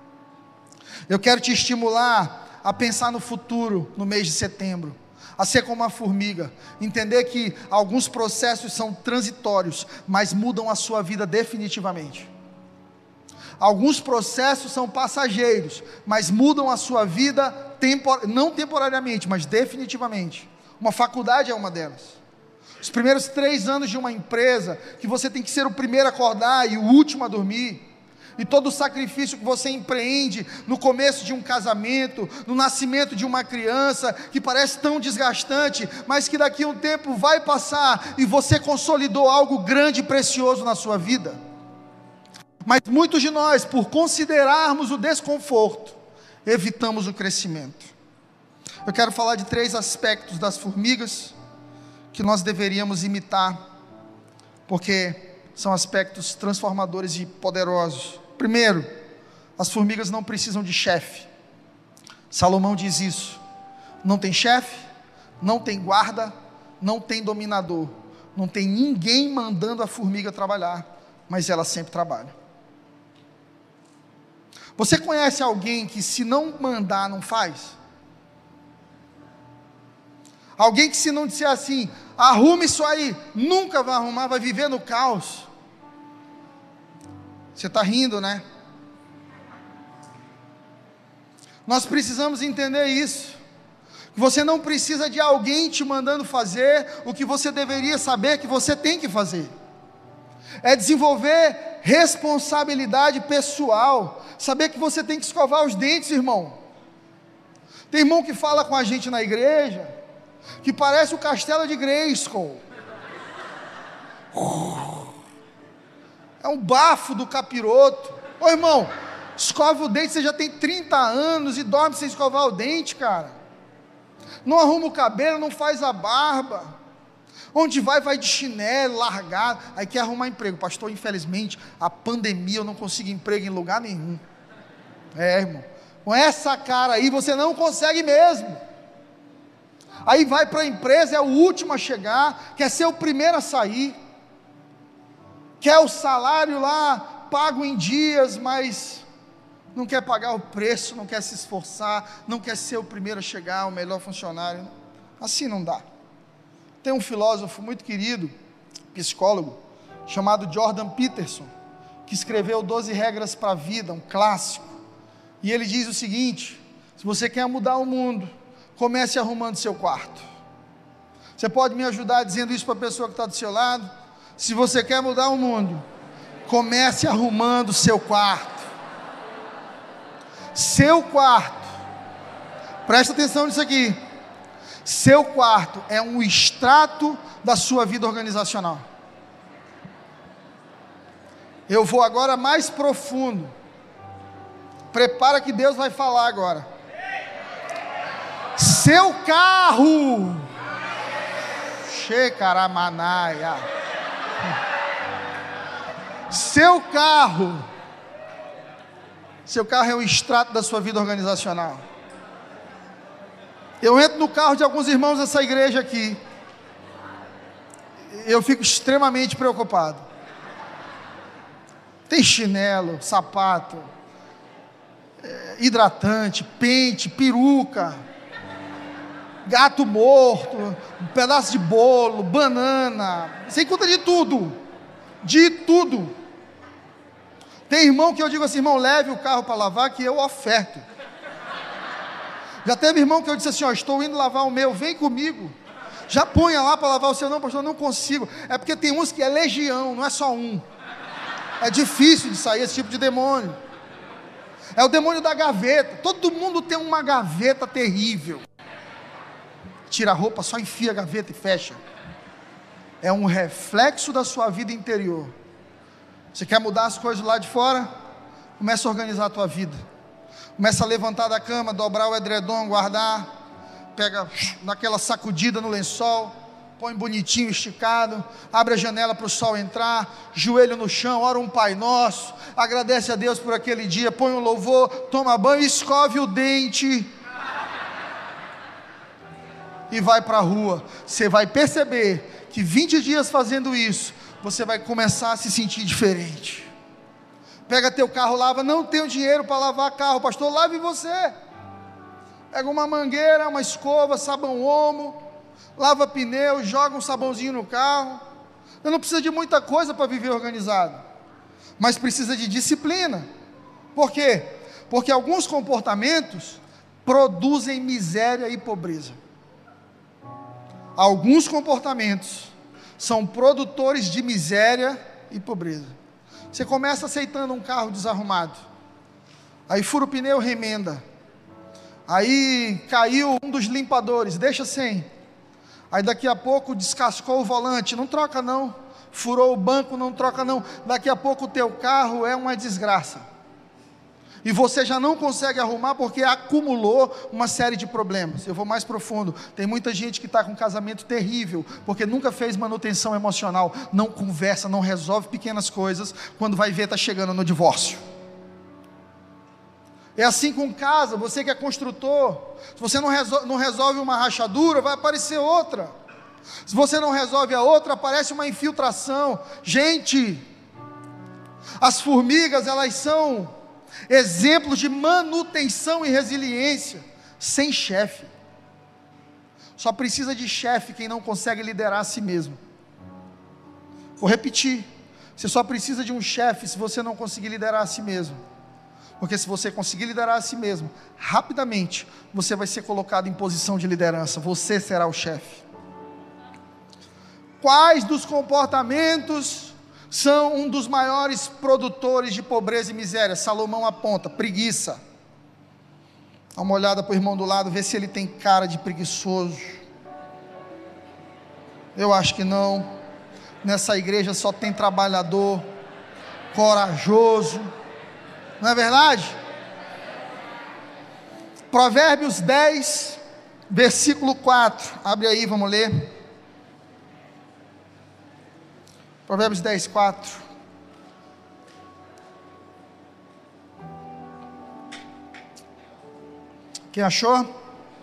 Eu quero te estimular a pensar no futuro, no mês de setembro, a ser como uma formiga, entender que alguns processos são transitórios, mas mudam a sua vida definitivamente. Alguns processos são passageiros, mas mudam a sua vida, não temporariamente, mas definitivamente. Uma faculdade é uma delas. Os primeiros 3 anos de uma empresa, que você tem que ser o primeiro a acordar e o último a dormir, e todo o sacrifício que você empreende no começo de um casamento, no nascimento de uma criança, que parece tão desgastante, mas que daqui a um tempo vai passar, e você consolidou algo grande e precioso na sua vida. Mas muitos de nós, por considerarmos o desconforto, evitamos o crescimento. Eu quero falar de 3 aspectos das formigas, que nós deveríamos imitar, porque são aspectos transformadores e poderosos. Primeiro, as formigas não precisam de chefe. Salomão diz isso: não tem chefe, não tem guarda, não tem dominador, não tem ninguém mandando a formiga trabalhar, mas ela sempre trabalha. Você conhece alguém que, se não mandar, não faz? Alguém que, se não disser assim, arrume isso aí, nunca vai arrumar, vai viver no caos. Você está rindo, né? Nós precisamos entender isso. Você não precisa de alguém te mandando fazer o que você deveria saber que você tem que fazer. É desenvolver responsabilidade pessoal, saber que você tem que escovar os dentes, irmão. Tem irmão que fala com a gente na igreja, que parece o castelo de Grayskull. É um bafo do capiroto. Ô irmão, escova o dente, você já tem 30 anos e dorme sem escovar o dente, cara. Não arruma o cabelo, não faz a barba. Onde vai de chinelo, largado. Aí quer arrumar emprego. Pastor, infelizmente, a pandemia, eu não consigo emprego em lugar nenhum. Irmão, com essa cara aí, você não consegue mesmo. Aí vai para a empresa, é o último a chegar, quer ser o primeiro a sair, quer o salário lá, pago em dias, mas não quer pagar o preço, não quer se esforçar, não quer ser o primeiro a chegar, o melhor funcionário. Assim não dá. Tem um filósofo muito querido, psicólogo, chamado Jordan Peterson, que escreveu 12 regras para a vida, um clássico, e ele diz o seguinte: se você quer mudar o mundo, comece arrumando seu quarto. Você pode me ajudar dizendo isso para a pessoa que está do seu lado? Se você quer mudar o mundo, Comece arrumando seu quarto. Seu quarto, presta atenção nisso aqui. Seu quarto é um extrato da sua vida organizacional. Eu vou agora mais profundo. Prepara que Deus vai falar agora. Seu carro, Shekaramanaia. Seu carro é um extrato da sua vida organizacional. Eu entro no carro de alguns irmãos dessa igreja aqui, eu fico extremamente preocupado. Tem chinelo, sapato, hidratante, pente, peruca, gato morto, um pedaço de bolo, banana, você encontra de tudo, de tudo. Tem irmão que eu digo assim, irmão, leve o carro para lavar que eu oferto. Já teve irmão que eu disse assim, ó, estou indo lavar o meu, vem comigo. Já ponha lá para lavar o seu. Não, pastor, eu não consigo. É porque tem uns que é legião, não é só um. É difícil de sair esse tipo de demônio. É o demônio da gaveta. Todo mundo tem uma gaveta terrível. Tira a roupa, só enfia a gaveta e fecha. É um reflexo da sua vida interior. Você quer mudar as coisas lá de fora? Começa a organizar a tua vida. Começa a levantar da cama, dobrar o edredom, guardar. Pega, dá aquela sacudida no lençol, põe bonitinho, esticado, abre a janela para o sol entrar, joelho no chão, ora um Pai Nosso, agradece a Deus por aquele dia, põe um louvor, toma banho, escove o dente e vai para a rua. Você vai perceber que 20 dias fazendo isso, você vai começar a se sentir diferente. Pega teu carro, lava. Não tenho dinheiro para lavar carro, pastor, lave você. Pega uma mangueira, uma escova, sabão Omo, lava pneu, joga um sabãozinho no carro. Eu não precisa de muita coisa para viver organizado, mas precisa de disciplina. Por quê? Porque alguns comportamentos produzem miséria e pobreza. Alguns comportamentos são produtores de miséria e pobreza. Você começa aceitando um carro desarrumado, aí fura o pneu, remenda. Aí caiu um dos limpadores, deixa sem. Aí daqui a pouco descascou o volante, não troca não. Furou o banco, não troca não. Daqui a pouco o teu carro é uma desgraça. E você já não consegue arrumar porque acumulou uma série de problemas. Eu vou mais profundo. Tem muita gente que está com um casamento terrível, porque nunca fez manutenção emocional, não conversa, não resolve pequenas coisas, quando vai ver está chegando no divórcio. É assim com casa, você que é construtor, se você não resolve uma rachadura, vai aparecer outra. Se você não resolve a outra, aparece uma infiltração. Gente, as formigas, elas são exemplos de manutenção e resiliência, sem chefe. Só precisa de chefe quem não consegue liderar a si mesmo. Vou repetir, você só precisa de um chefe se você não conseguir liderar a si mesmo. Porque se você conseguir liderar a si mesmo, rapidamente você vai ser colocado em posição de liderança, você será o chefe. Quais dos comportamentos são um dos maiores produtores de pobreza e miséria? Salomão aponta: preguiça. Dá uma olhada para o irmão do lado, vê se ele tem cara de preguiçoso. Eu acho que não. Nessa igreja só tem trabalhador, corajoso. Não é verdade? Provérbios 10, versículo 4. Abre aí, vamos ler. Provérbios 10, 4. Quem achou?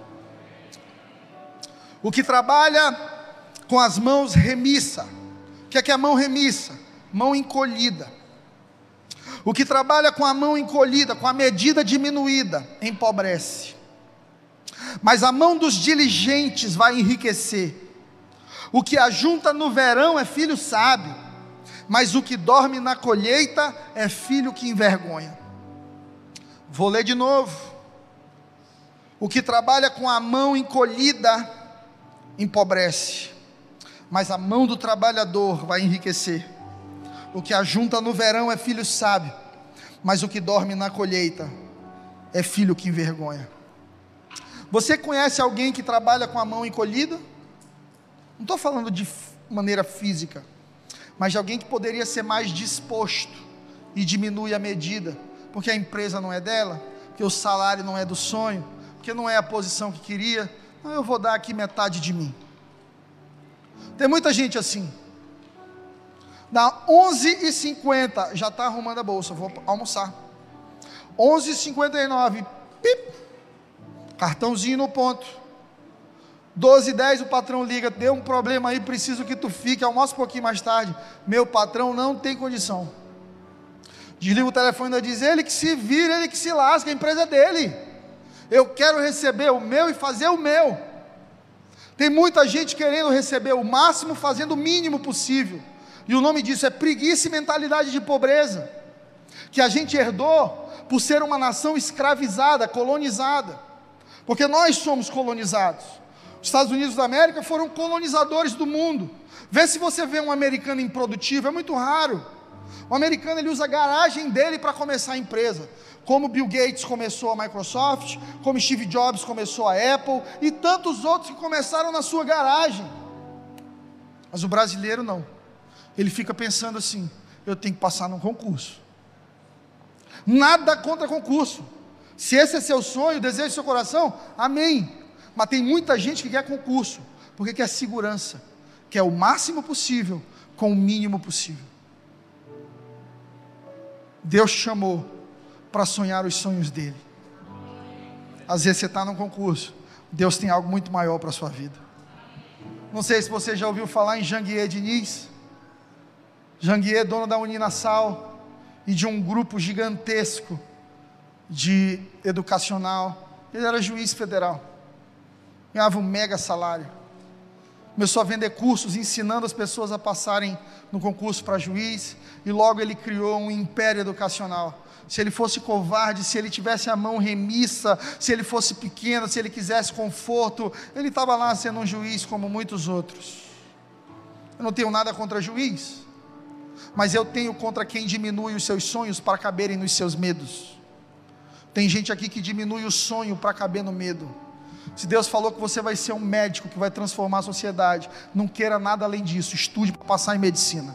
O que trabalha com as mãos remissa. O que é a mão remissa? Mão encolhida. O que trabalha com a mão encolhida, com a medida diminuída, empobrece. Mas a mão dos diligentes vai enriquecer. O que ajunta no verão é filho sábio, mas o que dorme na colheita é filho que envergonha. Vou ler de novo. O que trabalha com a mão encolhida empobrece, mas a mão do trabalhador vai enriquecer. O que ajunta no verão é filho sábio, mas o que dorme na colheita é filho que envergonha. Você conhece alguém que trabalha com a mão encolhida? Não estou falando de maneira física, mas de alguém que poderia ser mais disposto e diminui a medida, porque a empresa não é dela, porque o salário não é do sonho, porque não é a posição que queria. Não, eu vou dar aqui metade de mim. Tem muita gente assim. Dá 11h50, já está arrumando a bolsa, vou almoçar. 11h59, pip, cartãozinho no ponto. 12h10 o patrão liga, deu um problema aí, preciso que tu fique, almoça um pouquinho mais tarde. Meu patrão não tem condição. Desliga o telefone e ainda diz, ele que se vira, ele que se lasca, a empresa é dele. Eu quero receber o meu e fazer o meu. Tem muita gente querendo receber o máximo, fazendo o mínimo possível. E o nome disso é preguiça e mentalidade de pobreza, que a gente herdou por ser uma nação escravizada, colonizada, porque nós somos colonizados. Os Estados Unidos da América foram colonizadores do mundo. Vê se você vê um americano improdutivo, é muito raro. O americano, ele usa a garagem dele para começar a empresa, como Bill Gates começou a Microsoft, como Steve Jobs começou a Apple, e tantos outros que começaram na sua garagem. Mas o brasileiro não. Ele fica pensando assim, eu tenho que passar num concurso. Nada contra concurso. Se esse é seu sonho, desejo do seu coração, amém. Mas tem muita gente que quer concurso, porque quer segurança, quer o máximo possível, com o mínimo possível. Deus te chamou para sonhar os sonhos dele. Às vezes você está num concurso, Deus tem algo muito maior para a sua vida. Não sei se você já ouviu falar em Janguier Diniz. Janguier, dono da Uninasal e de um grupo gigantesco de educacional. Ele era juiz federal, ganhava um mega salário, começou a vender cursos ensinando as pessoas a passarem no concurso para juiz, e logo ele criou um império educacional. Se ele fosse covarde, se ele tivesse a mão remissa, se ele fosse pequeno, se ele quisesse conforto, ele estava lá sendo um juiz como muitos outros. Eu não tenho nada contra juiz, mas eu tenho contra quem diminui os seus sonhos para caberem nos seus medos. Tem gente aqui que diminui o sonho para caber no medo. Se Deus falou que você vai ser um médico que vai transformar a sociedade, não queira nada além disso, estude para passar em medicina.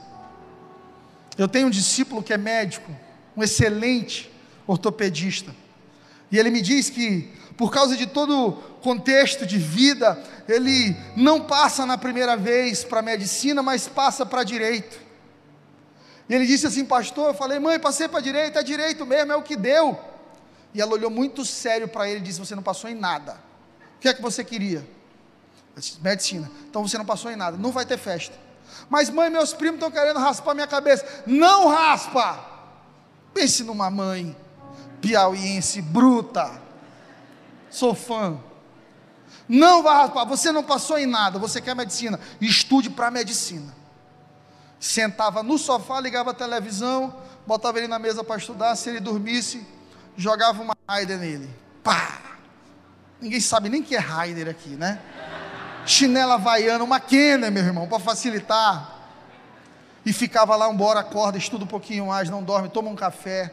Eu tenho um discípulo que é médico, um excelente ortopedista, e ele me diz que, por causa de todo o contexto de vida, ele não passa na primeira vez para medicina, mas passa para direito. E ele disse assim, pastor, eu falei, mãe, passei para direito, é direito mesmo, é o que deu. E ela olhou muito sério para ele e disse, você não passou em nada. O que é que você queria? Eu disse, medicina. Então você não passou em nada, não vai ter festa. Mas mãe, meus primos estão querendo raspar minha cabeça. Não raspa! Pense numa mãe piauiense, bruta. Sou fã. Não vai raspar, você não passou em nada, você quer medicina, estude para medicina. Sentava no sofá, ligava a televisão, botava ele na mesa para estudar, se ele dormisse, jogava uma Raider nele. Pá! Ninguém sabe nem que é Raider aqui, né? Chinela havaiana, uma Kenner, meu irmão, para facilitar. E ficava lá, embora, acorda, estuda um pouquinho mais, não dorme, toma um café.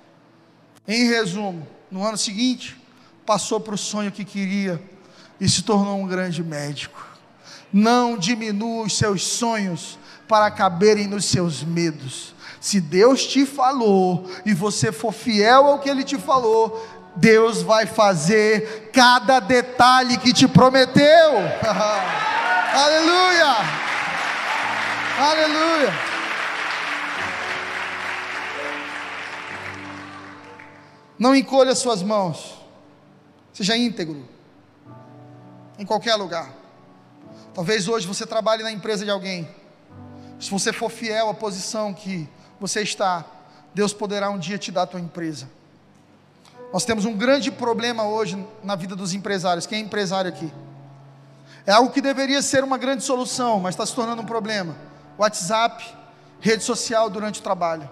Em resumo, no ano seguinte, passou para o sonho que queria e se tornou um grande médico. Não diminua os seus sonhos para caberem nos seus medos. Se Deus te falou e você for fiel ao que Ele te falou, Deus vai fazer cada detalhe que te prometeu. Aleluia! Aleluia! Não encolha suas mãos, seja íntegro, em qualquer lugar. Talvez hoje você trabalhe na empresa de alguém. Se você for fiel à posição que você está, Deus poderá um dia te dar a tua empresa. Nós temos um grande problema hoje na vida dos empresários. Quem é empresário aqui? É algo que deveria ser uma grande solução, mas está se tornando um problema. WhatsApp, rede social durante o trabalho.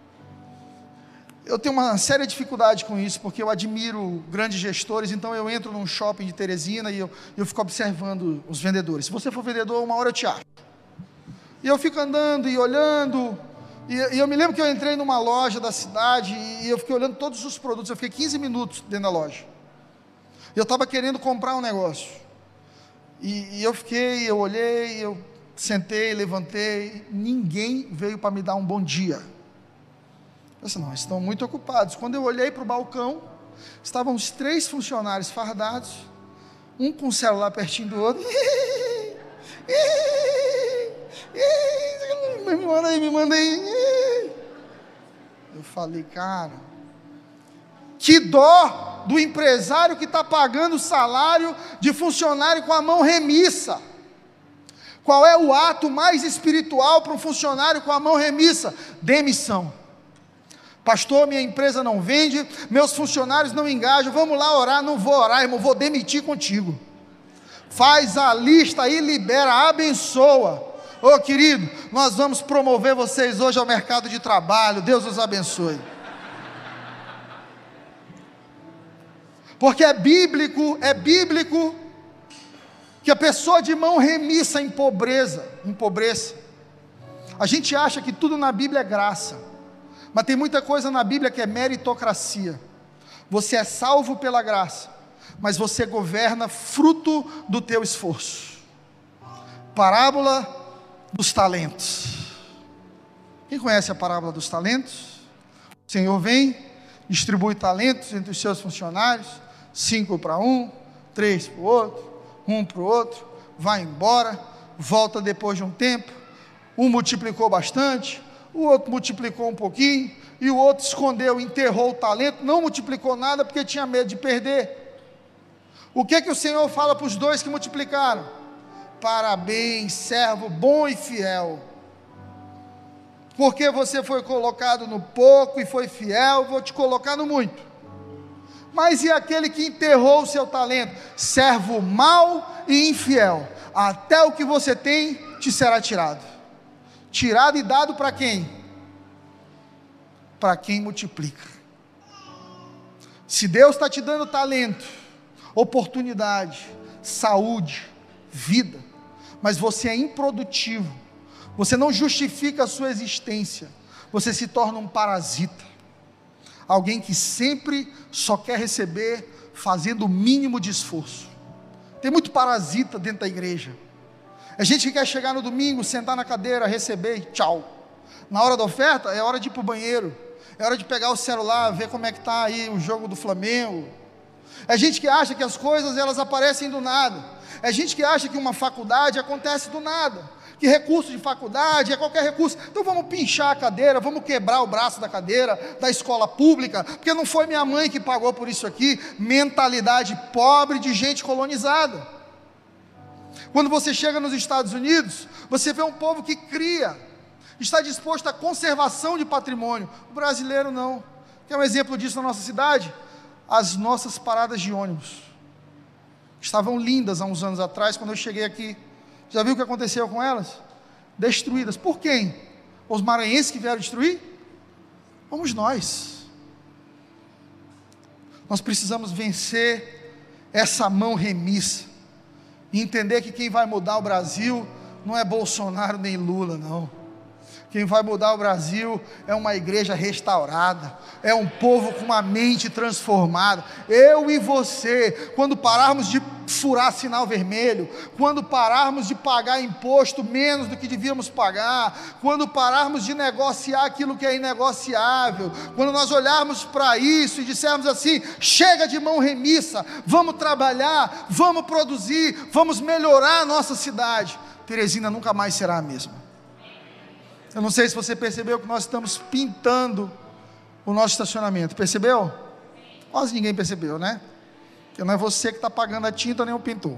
Eu tenho uma séria dificuldade com isso, porque eu admiro grandes gestores, então eu entro num shopping de Teresina e eu fico observando os vendedores. Se você for vendedor, uma hora eu te acho. E eu fico andando e olhando, E eu me lembro que eu entrei numa loja da cidade e eu fiquei olhando todos os produtos. Eu fiquei 15 minutos dentro da loja. E eu estava querendo comprar um negócio. E eu olhei, eu sentei, levantei. Ninguém veio para me dar um bom dia. Eu disse, não, estão muito ocupados. Quando eu olhei para o balcão, estavam os 3 funcionários fardados, um com o celular pertinho do outro. Me manda aí. Eu falei, cara, que dó do empresário que está pagando o salário de funcionário com a mão remissa. Qual é o ato mais espiritual para um funcionário com a mão remissa? Demissão. Pastor, minha empresa não vende, meus funcionários não engajam, vamos lá orar. Não vou orar, irmão, vou demitir contigo. Faz a lista aí, libera, abençoa. Ô querido, nós vamos promover vocês hoje ao mercado de trabalho, Deus os abençoe. Porque é bíblico que a pessoa de mão remissa empobreça. A gente acha que tudo na Bíblia é graça, mas tem muita coisa na Bíblia que é meritocracia. Você é salvo pela graça, mas você governa fruto do teu esforço. Parábola dos talentos. Quem conhece a parábola dos talentos? O Senhor vem, distribui talentos entre os seus funcionários, 5 para um, 3 para o outro, 1 para o outro, vai embora, volta depois de um tempo. Um multiplicou bastante, o outro multiplicou um pouquinho, e o outro escondeu, enterrou o talento, não multiplicou nada porque tinha medo de perder. O que o Senhor fala para os 2 que multiplicaram? Parabéns, servo bom e fiel, porque você foi colocado no pouco e foi fiel, vou te colocar no muito. Mas e aquele que enterrou o seu talento? Servo mau e infiel, até o que você tem te será tirado. Tirado e dado para quem? Para quem multiplica. Se Deus está te dando talento, oportunidade, saúde, vida, mas você é improdutivo, você não justifica a sua existência, você se torna um parasita, alguém que sempre só quer receber, fazendo o mínimo de esforço. Tem muito parasita dentro da igreja, é gente que quer chegar no domingo, sentar na cadeira, receber e tchau. Na hora da oferta, é hora de ir para o banheiro, é hora de pegar o celular, ver como é que está aí o jogo do Flamengo. É gente que acha que as coisas elas aparecem do nada. É gente que acha que uma faculdade acontece do nada, que recurso de faculdade é qualquer recurso. Então vamos pinchar a cadeira, vamos quebrar o braço da cadeira da escola pública, porque não foi minha mãe que pagou por isso aqui. Mentalidade pobre de gente colonizada. Quando você chega nos Estados Unidos, você vê um povo que cria, está disposto à conservação de patrimônio. O brasileiro não. Quer um exemplo disso na nossa cidade? As nossas paradas de ônibus estavam lindas há uns anos atrás, quando eu cheguei aqui. Já viu o que aconteceu com elas? Destruídas. Por quem? Os maranhenses que vieram destruir? Fomos nós. Nós precisamos vencer essa mão remissa e entender que quem vai mudar o Brasil não é Bolsonaro nem Lula, não. Quem vai mudar o Brasil é uma igreja restaurada, é um povo com uma mente transformada. Eu e você, quando pararmos de furar sinal vermelho, quando pararmos de pagar imposto menos do que devíamos pagar, quando pararmos de negociar aquilo que é inegociável, quando nós olharmos para isso e dissermos assim: chega de mão remissa, vamos trabalhar, vamos produzir, vamos melhorar a nossa cidade, Teresina nunca mais será a mesma. Eu não sei se você percebeu que nós estamos pintando o nosso estacionamento. Percebeu? Quase ninguém percebeu, né? Porque não é você que está pagando a tinta, nem o pintor.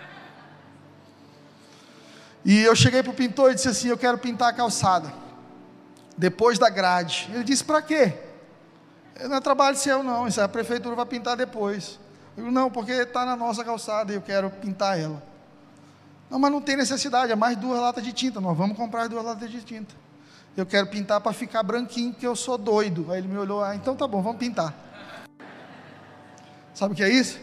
E eu cheguei para o pintor e disse assim: eu quero pintar a calçada depois da grade. Ele disse: para quê? Não é trabalho seu não, isso a prefeitura vai pintar depois. Eu digo: não, porque está na nossa calçada e eu quero pintar ela. Não, mas não tem necessidade, é mais 2 latas de tinta. Nós vamos comprar as 2 latas de tinta. Eu quero pintar para ficar branquinho, porque eu sou doido. Aí ele me olhou: ah, então tá bom, vamos pintar. Sabe o que é isso?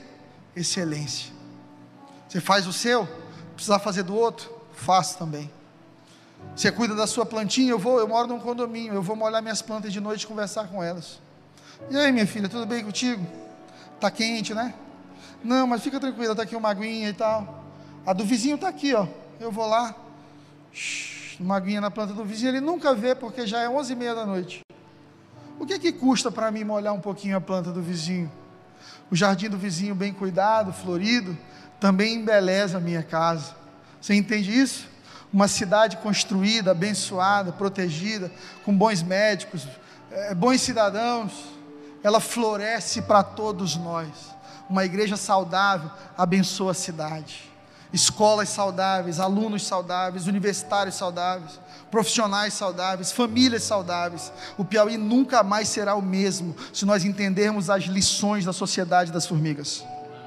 Excelência. Você faz o seu, precisar fazer do outro, faça também. Você cuida da sua plantinha, eu moro num condomínio, eu vou molhar minhas plantas de noite e conversar com elas. E aí, minha filha, tudo bem contigo? Tá quente, né? Não, mas fica tranquila, tá aqui uma aguinha e tal. A do vizinho tá aqui, ó. Eu vou lá, uma aguinha na planta do vizinho, ele nunca vê porque já é 11h30 da noite. O que custa para mim molhar um pouquinho a planta do vizinho? O jardim do vizinho bem cuidado, florido, também embeleza a minha casa. Você entende isso? Uma cidade construída, abençoada, protegida, com bons médicos, bons cidadãos, ela floresce para todos nós. Uma igreja saudável abençoa a cidade. Escolas saudáveis, alunos saudáveis, universitários saudáveis, profissionais saudáveis, famílias saudáveis. O Piauí nunca mais será o mesmo se nós entendermos as lições da sociedade das formigas.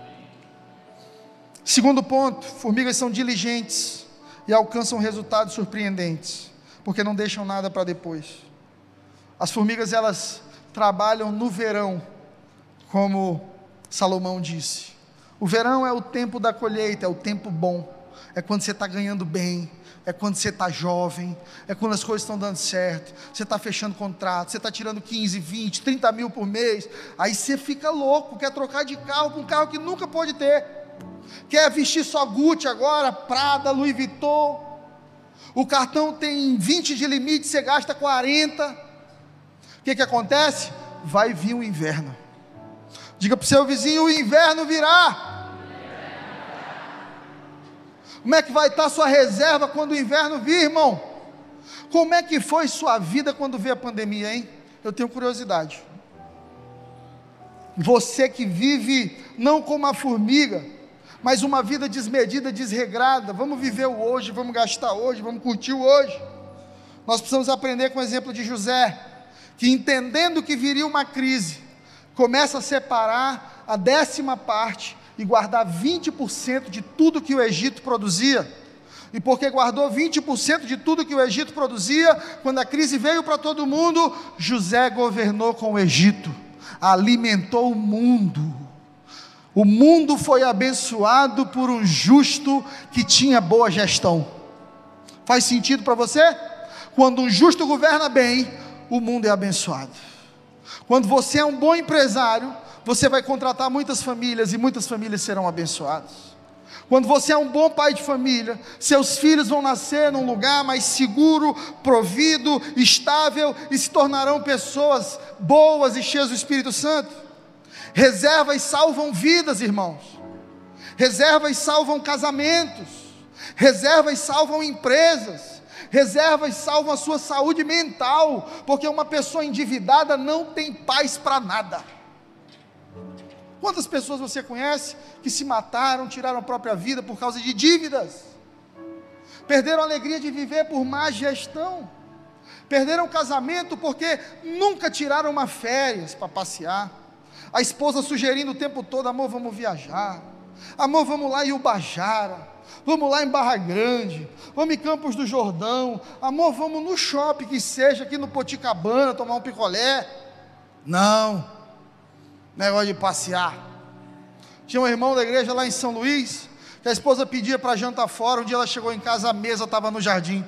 Segundo ponto, formigas são diligentes e alcançam resultados surpreendentes, porque não deixam nada para depois. As formigas, elas trabalham no verão, como Salomão disse. O verão é o tempo da colheita, é o tempo bom, é quando você está ganhando bem, é quando você está jovem, é quando as coisas estão dando certo, você está fechando contrato, você está tirando 15, 20, 30 mil por mês, aí você fica louco, quer trocar de carro para um carro que nunca pôde ter, quer vestir só Gucci agora, Prada, Louis Vuitton, o cartão tem 20 de limite, você gasta 40, o que acontece? Vai vir o inverno. Diga para o seu vizinho, o inverno virá. Como é que vai estar sua reserva quando o inverno vir, irmão? Como é que foi sua vida quando veio a pandemia, hein? Eu tenho curiosidade. Você que vive não como uma formiga, mas uma vida desmedida, desregrada. Vamos viver o hoje, vamos gastar hoje, vamos curtir o hoje. Nós precisamos aprender com o exemplo de José, que entendendo que viria uma crise, começa a separar a 10ª parte e guardar 20% de tudo que o Egito produzia. E porque guardou 20% de tudo que o Egito produzia, quando a crise veio para todo mundo, José governou com o Egito, alimentou o mundo. O mundo foi abençoado por um justo que tinha boa gestão. Faz sentido para você? Quando um justo governa bem, o mundo é abençoado. Quando você é um bom empresário, você vai contratar muitas famílias e muitas famílias serão abençoadas. Quando você é um bom pai de família, seus filhos vão nascer num lugar mais seguro, provido, estável e se tornarão pessoas boas e cheias do Espírito Santo. Reservas salvam vidas, irmãos. Reservas salvam casamentos. Reservas salvam empresas. Reservas salvam a sua saúde mental, porque uma pessoa endividada não tem paz para nada. Quantas pessoas você conhece que se mataram, tiraram a própria vida por causa de dívidas? Perderam a alegria de viver por má gestão. Perderam o casamento porque nunca tiraram uma férias para passear. A esposa sugerindo o tempo todo, amor, vamos viajar. Amor, vamos lá em Ubajara. Vamos lá em Barra Grande, vamos em Campos do Jordão, amor, vamos no shopping que seja, aqui no Poticabana, tomar um picolé. Não, negócio de passear. Tinha um irmão da igreja lá em São Luís, que a esposa pedia para jantar fora, um dia ela chegou em casa, a mesa estava no jardim.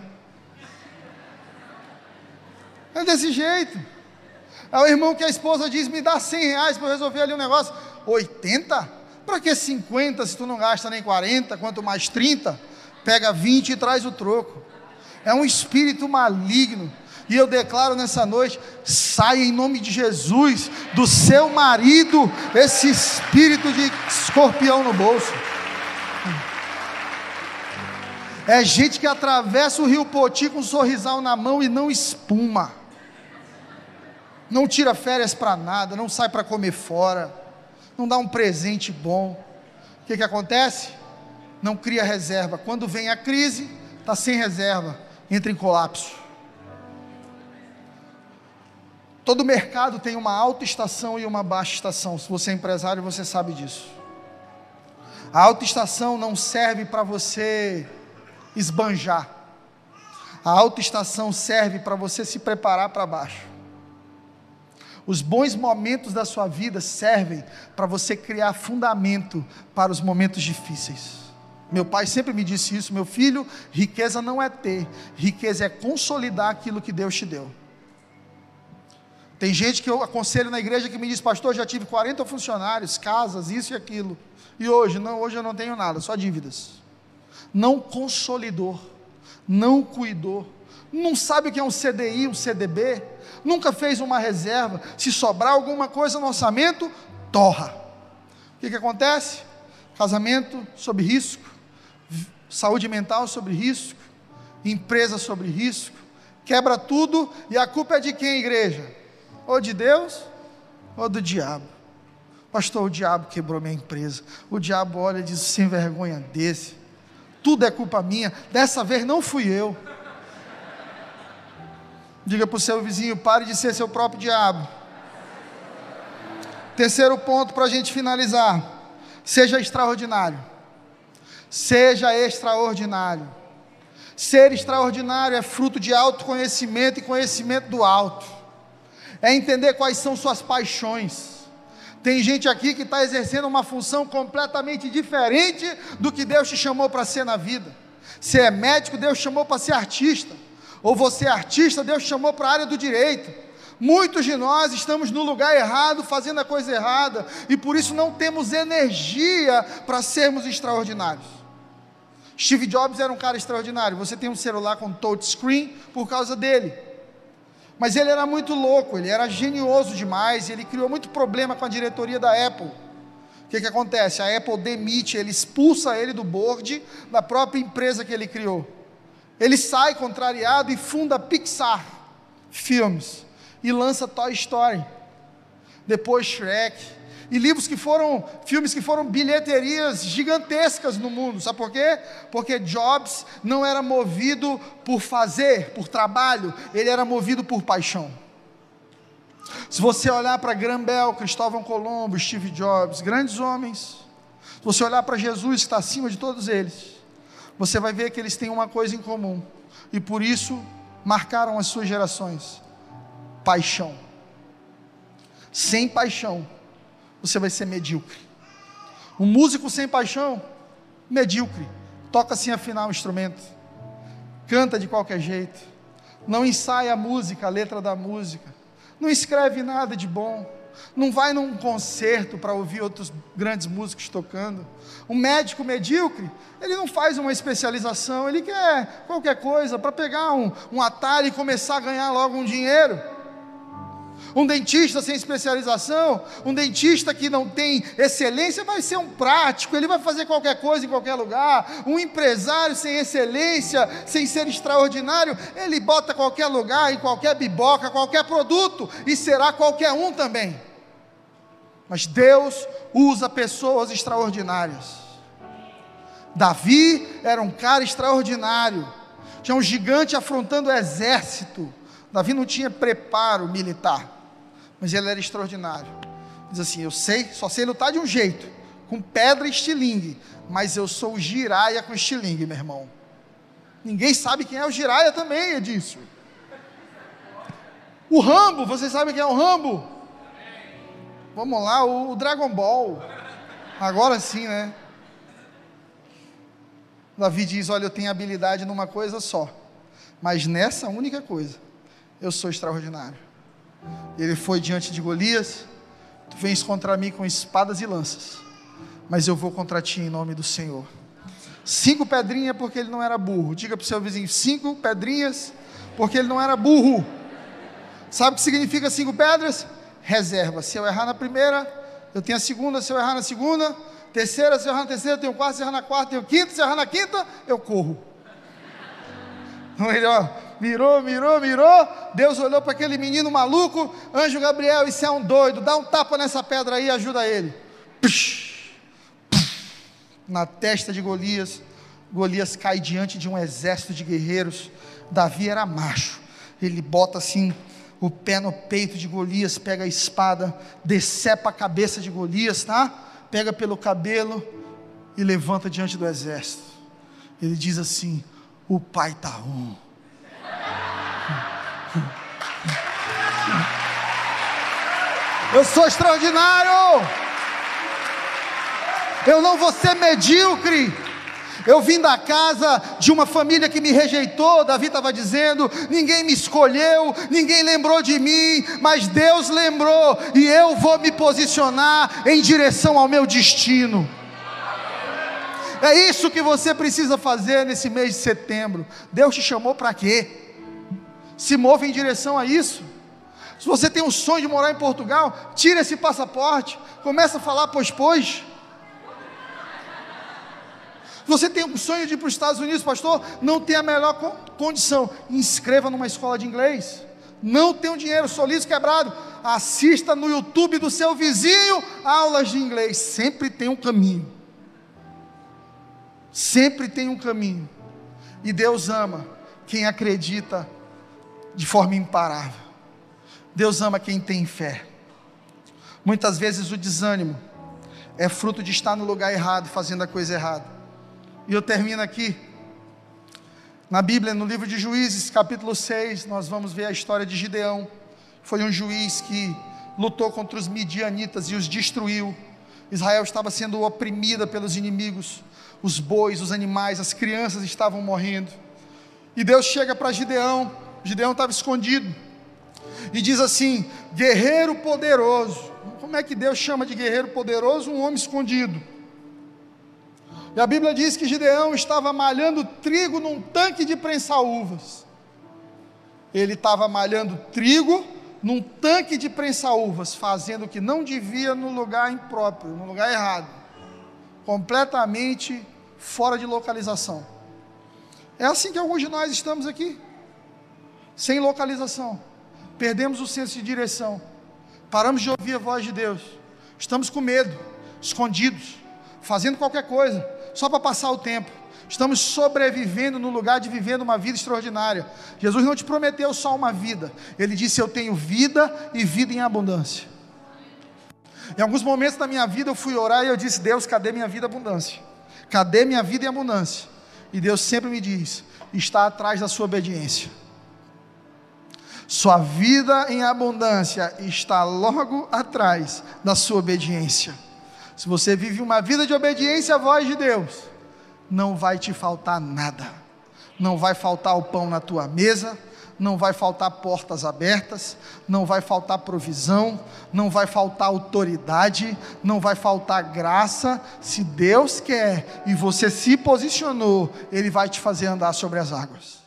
É desse jeito. É o irmão que a esposa diz, me dá R$100 para eu resolver ali um negócio. 80? Para que 50 se tu não gasta nem 40, quanto mais 30, pega 20 e traz o troco. É um espírito maligno, e eu declaro nessa noite, saia em nome de Jesus, do seu marido, esse espírito de escorpião no bolso. É gente que atravessa o rio Poti com um sorrisal na mão e não espuma, não tira férias para nada, não sai para comer fora, não dá um presente bom. O que acontece? Não cria reserva. Quando vem a crise, está sem reserva, entra em colapso. Todo mercado tem uma alta estação e uma baixa estação. Se você é empresário, você sabe disso. A alta estação não serve para você esbanjar. A alta estação serve para você se preparar para baixo. Os bons momentos da sua vida servem para você criar fundamento para os momentos difíceis. Meu pai sempre me disse isso: meu filho, riqueza não é ter, riqueza é consolidar aquilo que Deus te deu. Tem gente que eu aconselho na igreja que me diz: pastor, já tive 40 funcionários, casas, isso e aquilo, e hoje eu não tenho nada, só dívidas. Não consolidou, não cuidou, não sabe o que é um CDI, um CDB, nunca fez uma reserva. Se sobrar alguma coisa no orçamento, torra. O que acontece? Casamento sob risco, saúde mental sob risco, empresa sob risco, quebra tudo, e a culpa é de quem, igreja? Ou de Deus, ou do diabo. Pastor, o diabo quebrou minha empresa. O diabo olha e diz: sem vergonha desse, tudo é culpa minha, dessa vez não fui eu. Diga para o seu vizinho: pare de ser seu próprio diabo. Terceiro ponto para a gente finalizar: seja extraordinário. Seja extraordinário. Ser extraordinário é fruto de autoconhecimento e conhecimento do alto. É entender quais são suas paixões. Tem gente aqui que está exercendo uma função completamente diferente do que Deus te chamou para ser na vida. Você é médico, Deus te chamou para ser artista. Ou você é artista, Deus te chamou para a área do direito. Muitos de nós estamos no lugar errado, fazendo a coisa errada, e por isso não temos energia para sermos extraordinários. Steve Jobs era um cara extraordinário. Você tem um celular com touchscreen por causa dele. Mas ele era muito louco, ele era genioso demais, e ele criou muito problema com a diretoria da Apple. O que acontece? A Apple demite, ele expulsa ele do board da própria empresa que ele criou. Ele sai contrariado e funda Pixar Filmes, e lança Toy Story, depois Shrek, e filmes que foram bilheterias gigantescas no mundo. Sabe por quê? Porque Jobs não era movido por fazer, por trabalho, ele era movido por paixão. Se você olhar para Graham Bell, Cristóvão Colombo, Steve Jobs, grandes homens, se você olhar para Jesus, que está acima de todos eles, você vai ver que eles têm uma coisa em comum, e por isso marcaram as suas gerações: paixão. Sem paixão, você vai ser medíocre. Um músico sem paixão, medíocre, toca sem afinar o instrumento, canta de qualquer jeito, não ensaia a música, a letra da música, não escreve nada de bom, não vai num concerto para ouvir outros grandes músicos tocando. Um médico medíocre, ele não faz uma especialização, ele quer qualquer coisa para pegar um atalho e começar a ganhar logo um dinheiro. Um dentista sem especialização, um dentista que não tem excelência, vai ser um prático, ele vai fazer qualquer coisa em qualquer lugar. Um empresário sem excelência, sem ser extraordinário, ele bota qualquer lugar, em qualquer biboca, qualquer produto, e será qualquer um também. Mas Deus usa pessoas extraordinárias. Davi era um cara extraordinário, tinha um gigante afrontando o exército. Davi não tinha preparo militar, mas ele era extraordinário. Diz assim: eu só sei lutar de um jeito, com pedra e estilingue, mas eu sou o giraia com estilingue, meu irmão. Ninguém sabe quem é o giraia também, é disso. O Rambo, vocês sabem quem é o Rambo? Vamos lá, o Dragon Ball. Agora sim, né? Davi diz: olha, eu tenho habilidade numa coisa só, mas nessa única coisa eu sou extraordinário. Ele foi diante de Golias: tu vens contra mim com espadas e lanças, mas eu vou contra ti em nome do Senhor. 5 pedrinhas porque ele não era burro. Diga para o seu vizinho: 5 pedrinhas porque ele não era burro. Sabe o que significa 5 pedras? Reserva. Se eu errar na primeira, eu tenho a segunda. Se eu errar na segunda, terceira. Se eu errar na terceira, eu tenho quarta. Se eu errar na quarta, eu tenho quinta. Se eu errar na quinta, eu corro. Então ele, mirou. Deus olhou para aquele menino maluco: anjo Gabriel, isso é um doido, dá um tapa nessa pedra aí e ajuda ele. Na testa de Golias, Golias cai diante de um exército de guerreiros. Davi era macho, ele bota assim o pé no peito de Golias, pega a espada, decepa a cabeça de Golias, tá? Pega pelo cabelo e levanta diante do exército. Ele diz assim: o pai está um. Eu sou extraordinário. Eu não vou ser medíocre. Eu vim da casa de uma família que me rejeitou. Davi estava dizendo: ninguém me escolheu, ninguém lembrou de mim, mas Deus lembrou, e eu vou me posicionar em direção ao meu destino. É isso que você precisa fazer nesse mês de setembro. Deus te chamou para quê? Se mova em direção a isso. Se você tem um sonho de morar em Portugal, tira esse passaporte, começa a falar pois. Você tem um sonho de ir para os Estados Unidos, pastor, não tem a melhor condição, inscreva numa escola de inglês. Não tenho dinheiro, sou liso quebrado, assista no YouTube do seu vizinho aulas de inglês. Sempre tem um caminho, sempre tem um caminho, e Deus ama quem acredita de forma imparável. Deus ama quem tem fé. Muitas vezes o desânimo é fruto de estar no lugar errado, fazendo a coisa errada. E eu termino aqui, na Bíblia, no livro de Juízes, capítulo 6, nós vamos ver a história de Gideão. Foi um juiz que lutou contra os midianitas e os destruiu. Israel estava sendo oprimida pelos inimigos, os bois, os animais, as crianças estavam morrendo. E Deus chega para Gideão, Gideão estava escondido, e diz assim: guerreiro poderoso. Como é que Deus chama de guerreiro poderoso um homem escondido? E a Bíblia diz que Gideão estava malhando trigo num tanque de prensar uvas. Ele estava malhando trigo num tanque de prensar uvas, fazendo o que não devia no lugar impróprio, no lugar errado, completamente fora de localização. É assim que alguns de nós estamos aqui, sem localização, perdemos o senso de direção, paramos de ouvir a voz de Deus, estamos com medo, escondidos, fazendo qualquer coisa, só para passar o tempo. Estamos sobrevivendo no lugar de vivendo uma vida extraordinária. Jesus não te prometeu só uma vida, Ele disse: eu tenho vida e vida em abundância. Em alguns momentos da minha vida eu fui orar e eu disse: Deus, cadê minha vida em abundância? Cadê minha vida em abundância? E Deus sempre me diz: está atrás da sua obediência. Sua vida em abundância está logo atrás da sua obediência. Se você vive uma vida de obediência à voz de Deus, não vai te faltar nada. Não vai faltar o pão na tua mesa, não vai faltar portas abertas, não vai faltar provisão, não vai faltar autoridade, não vai faltar graça. Se Deus quer e você se posicionou, Ele vai te fazer andar sobre as águas.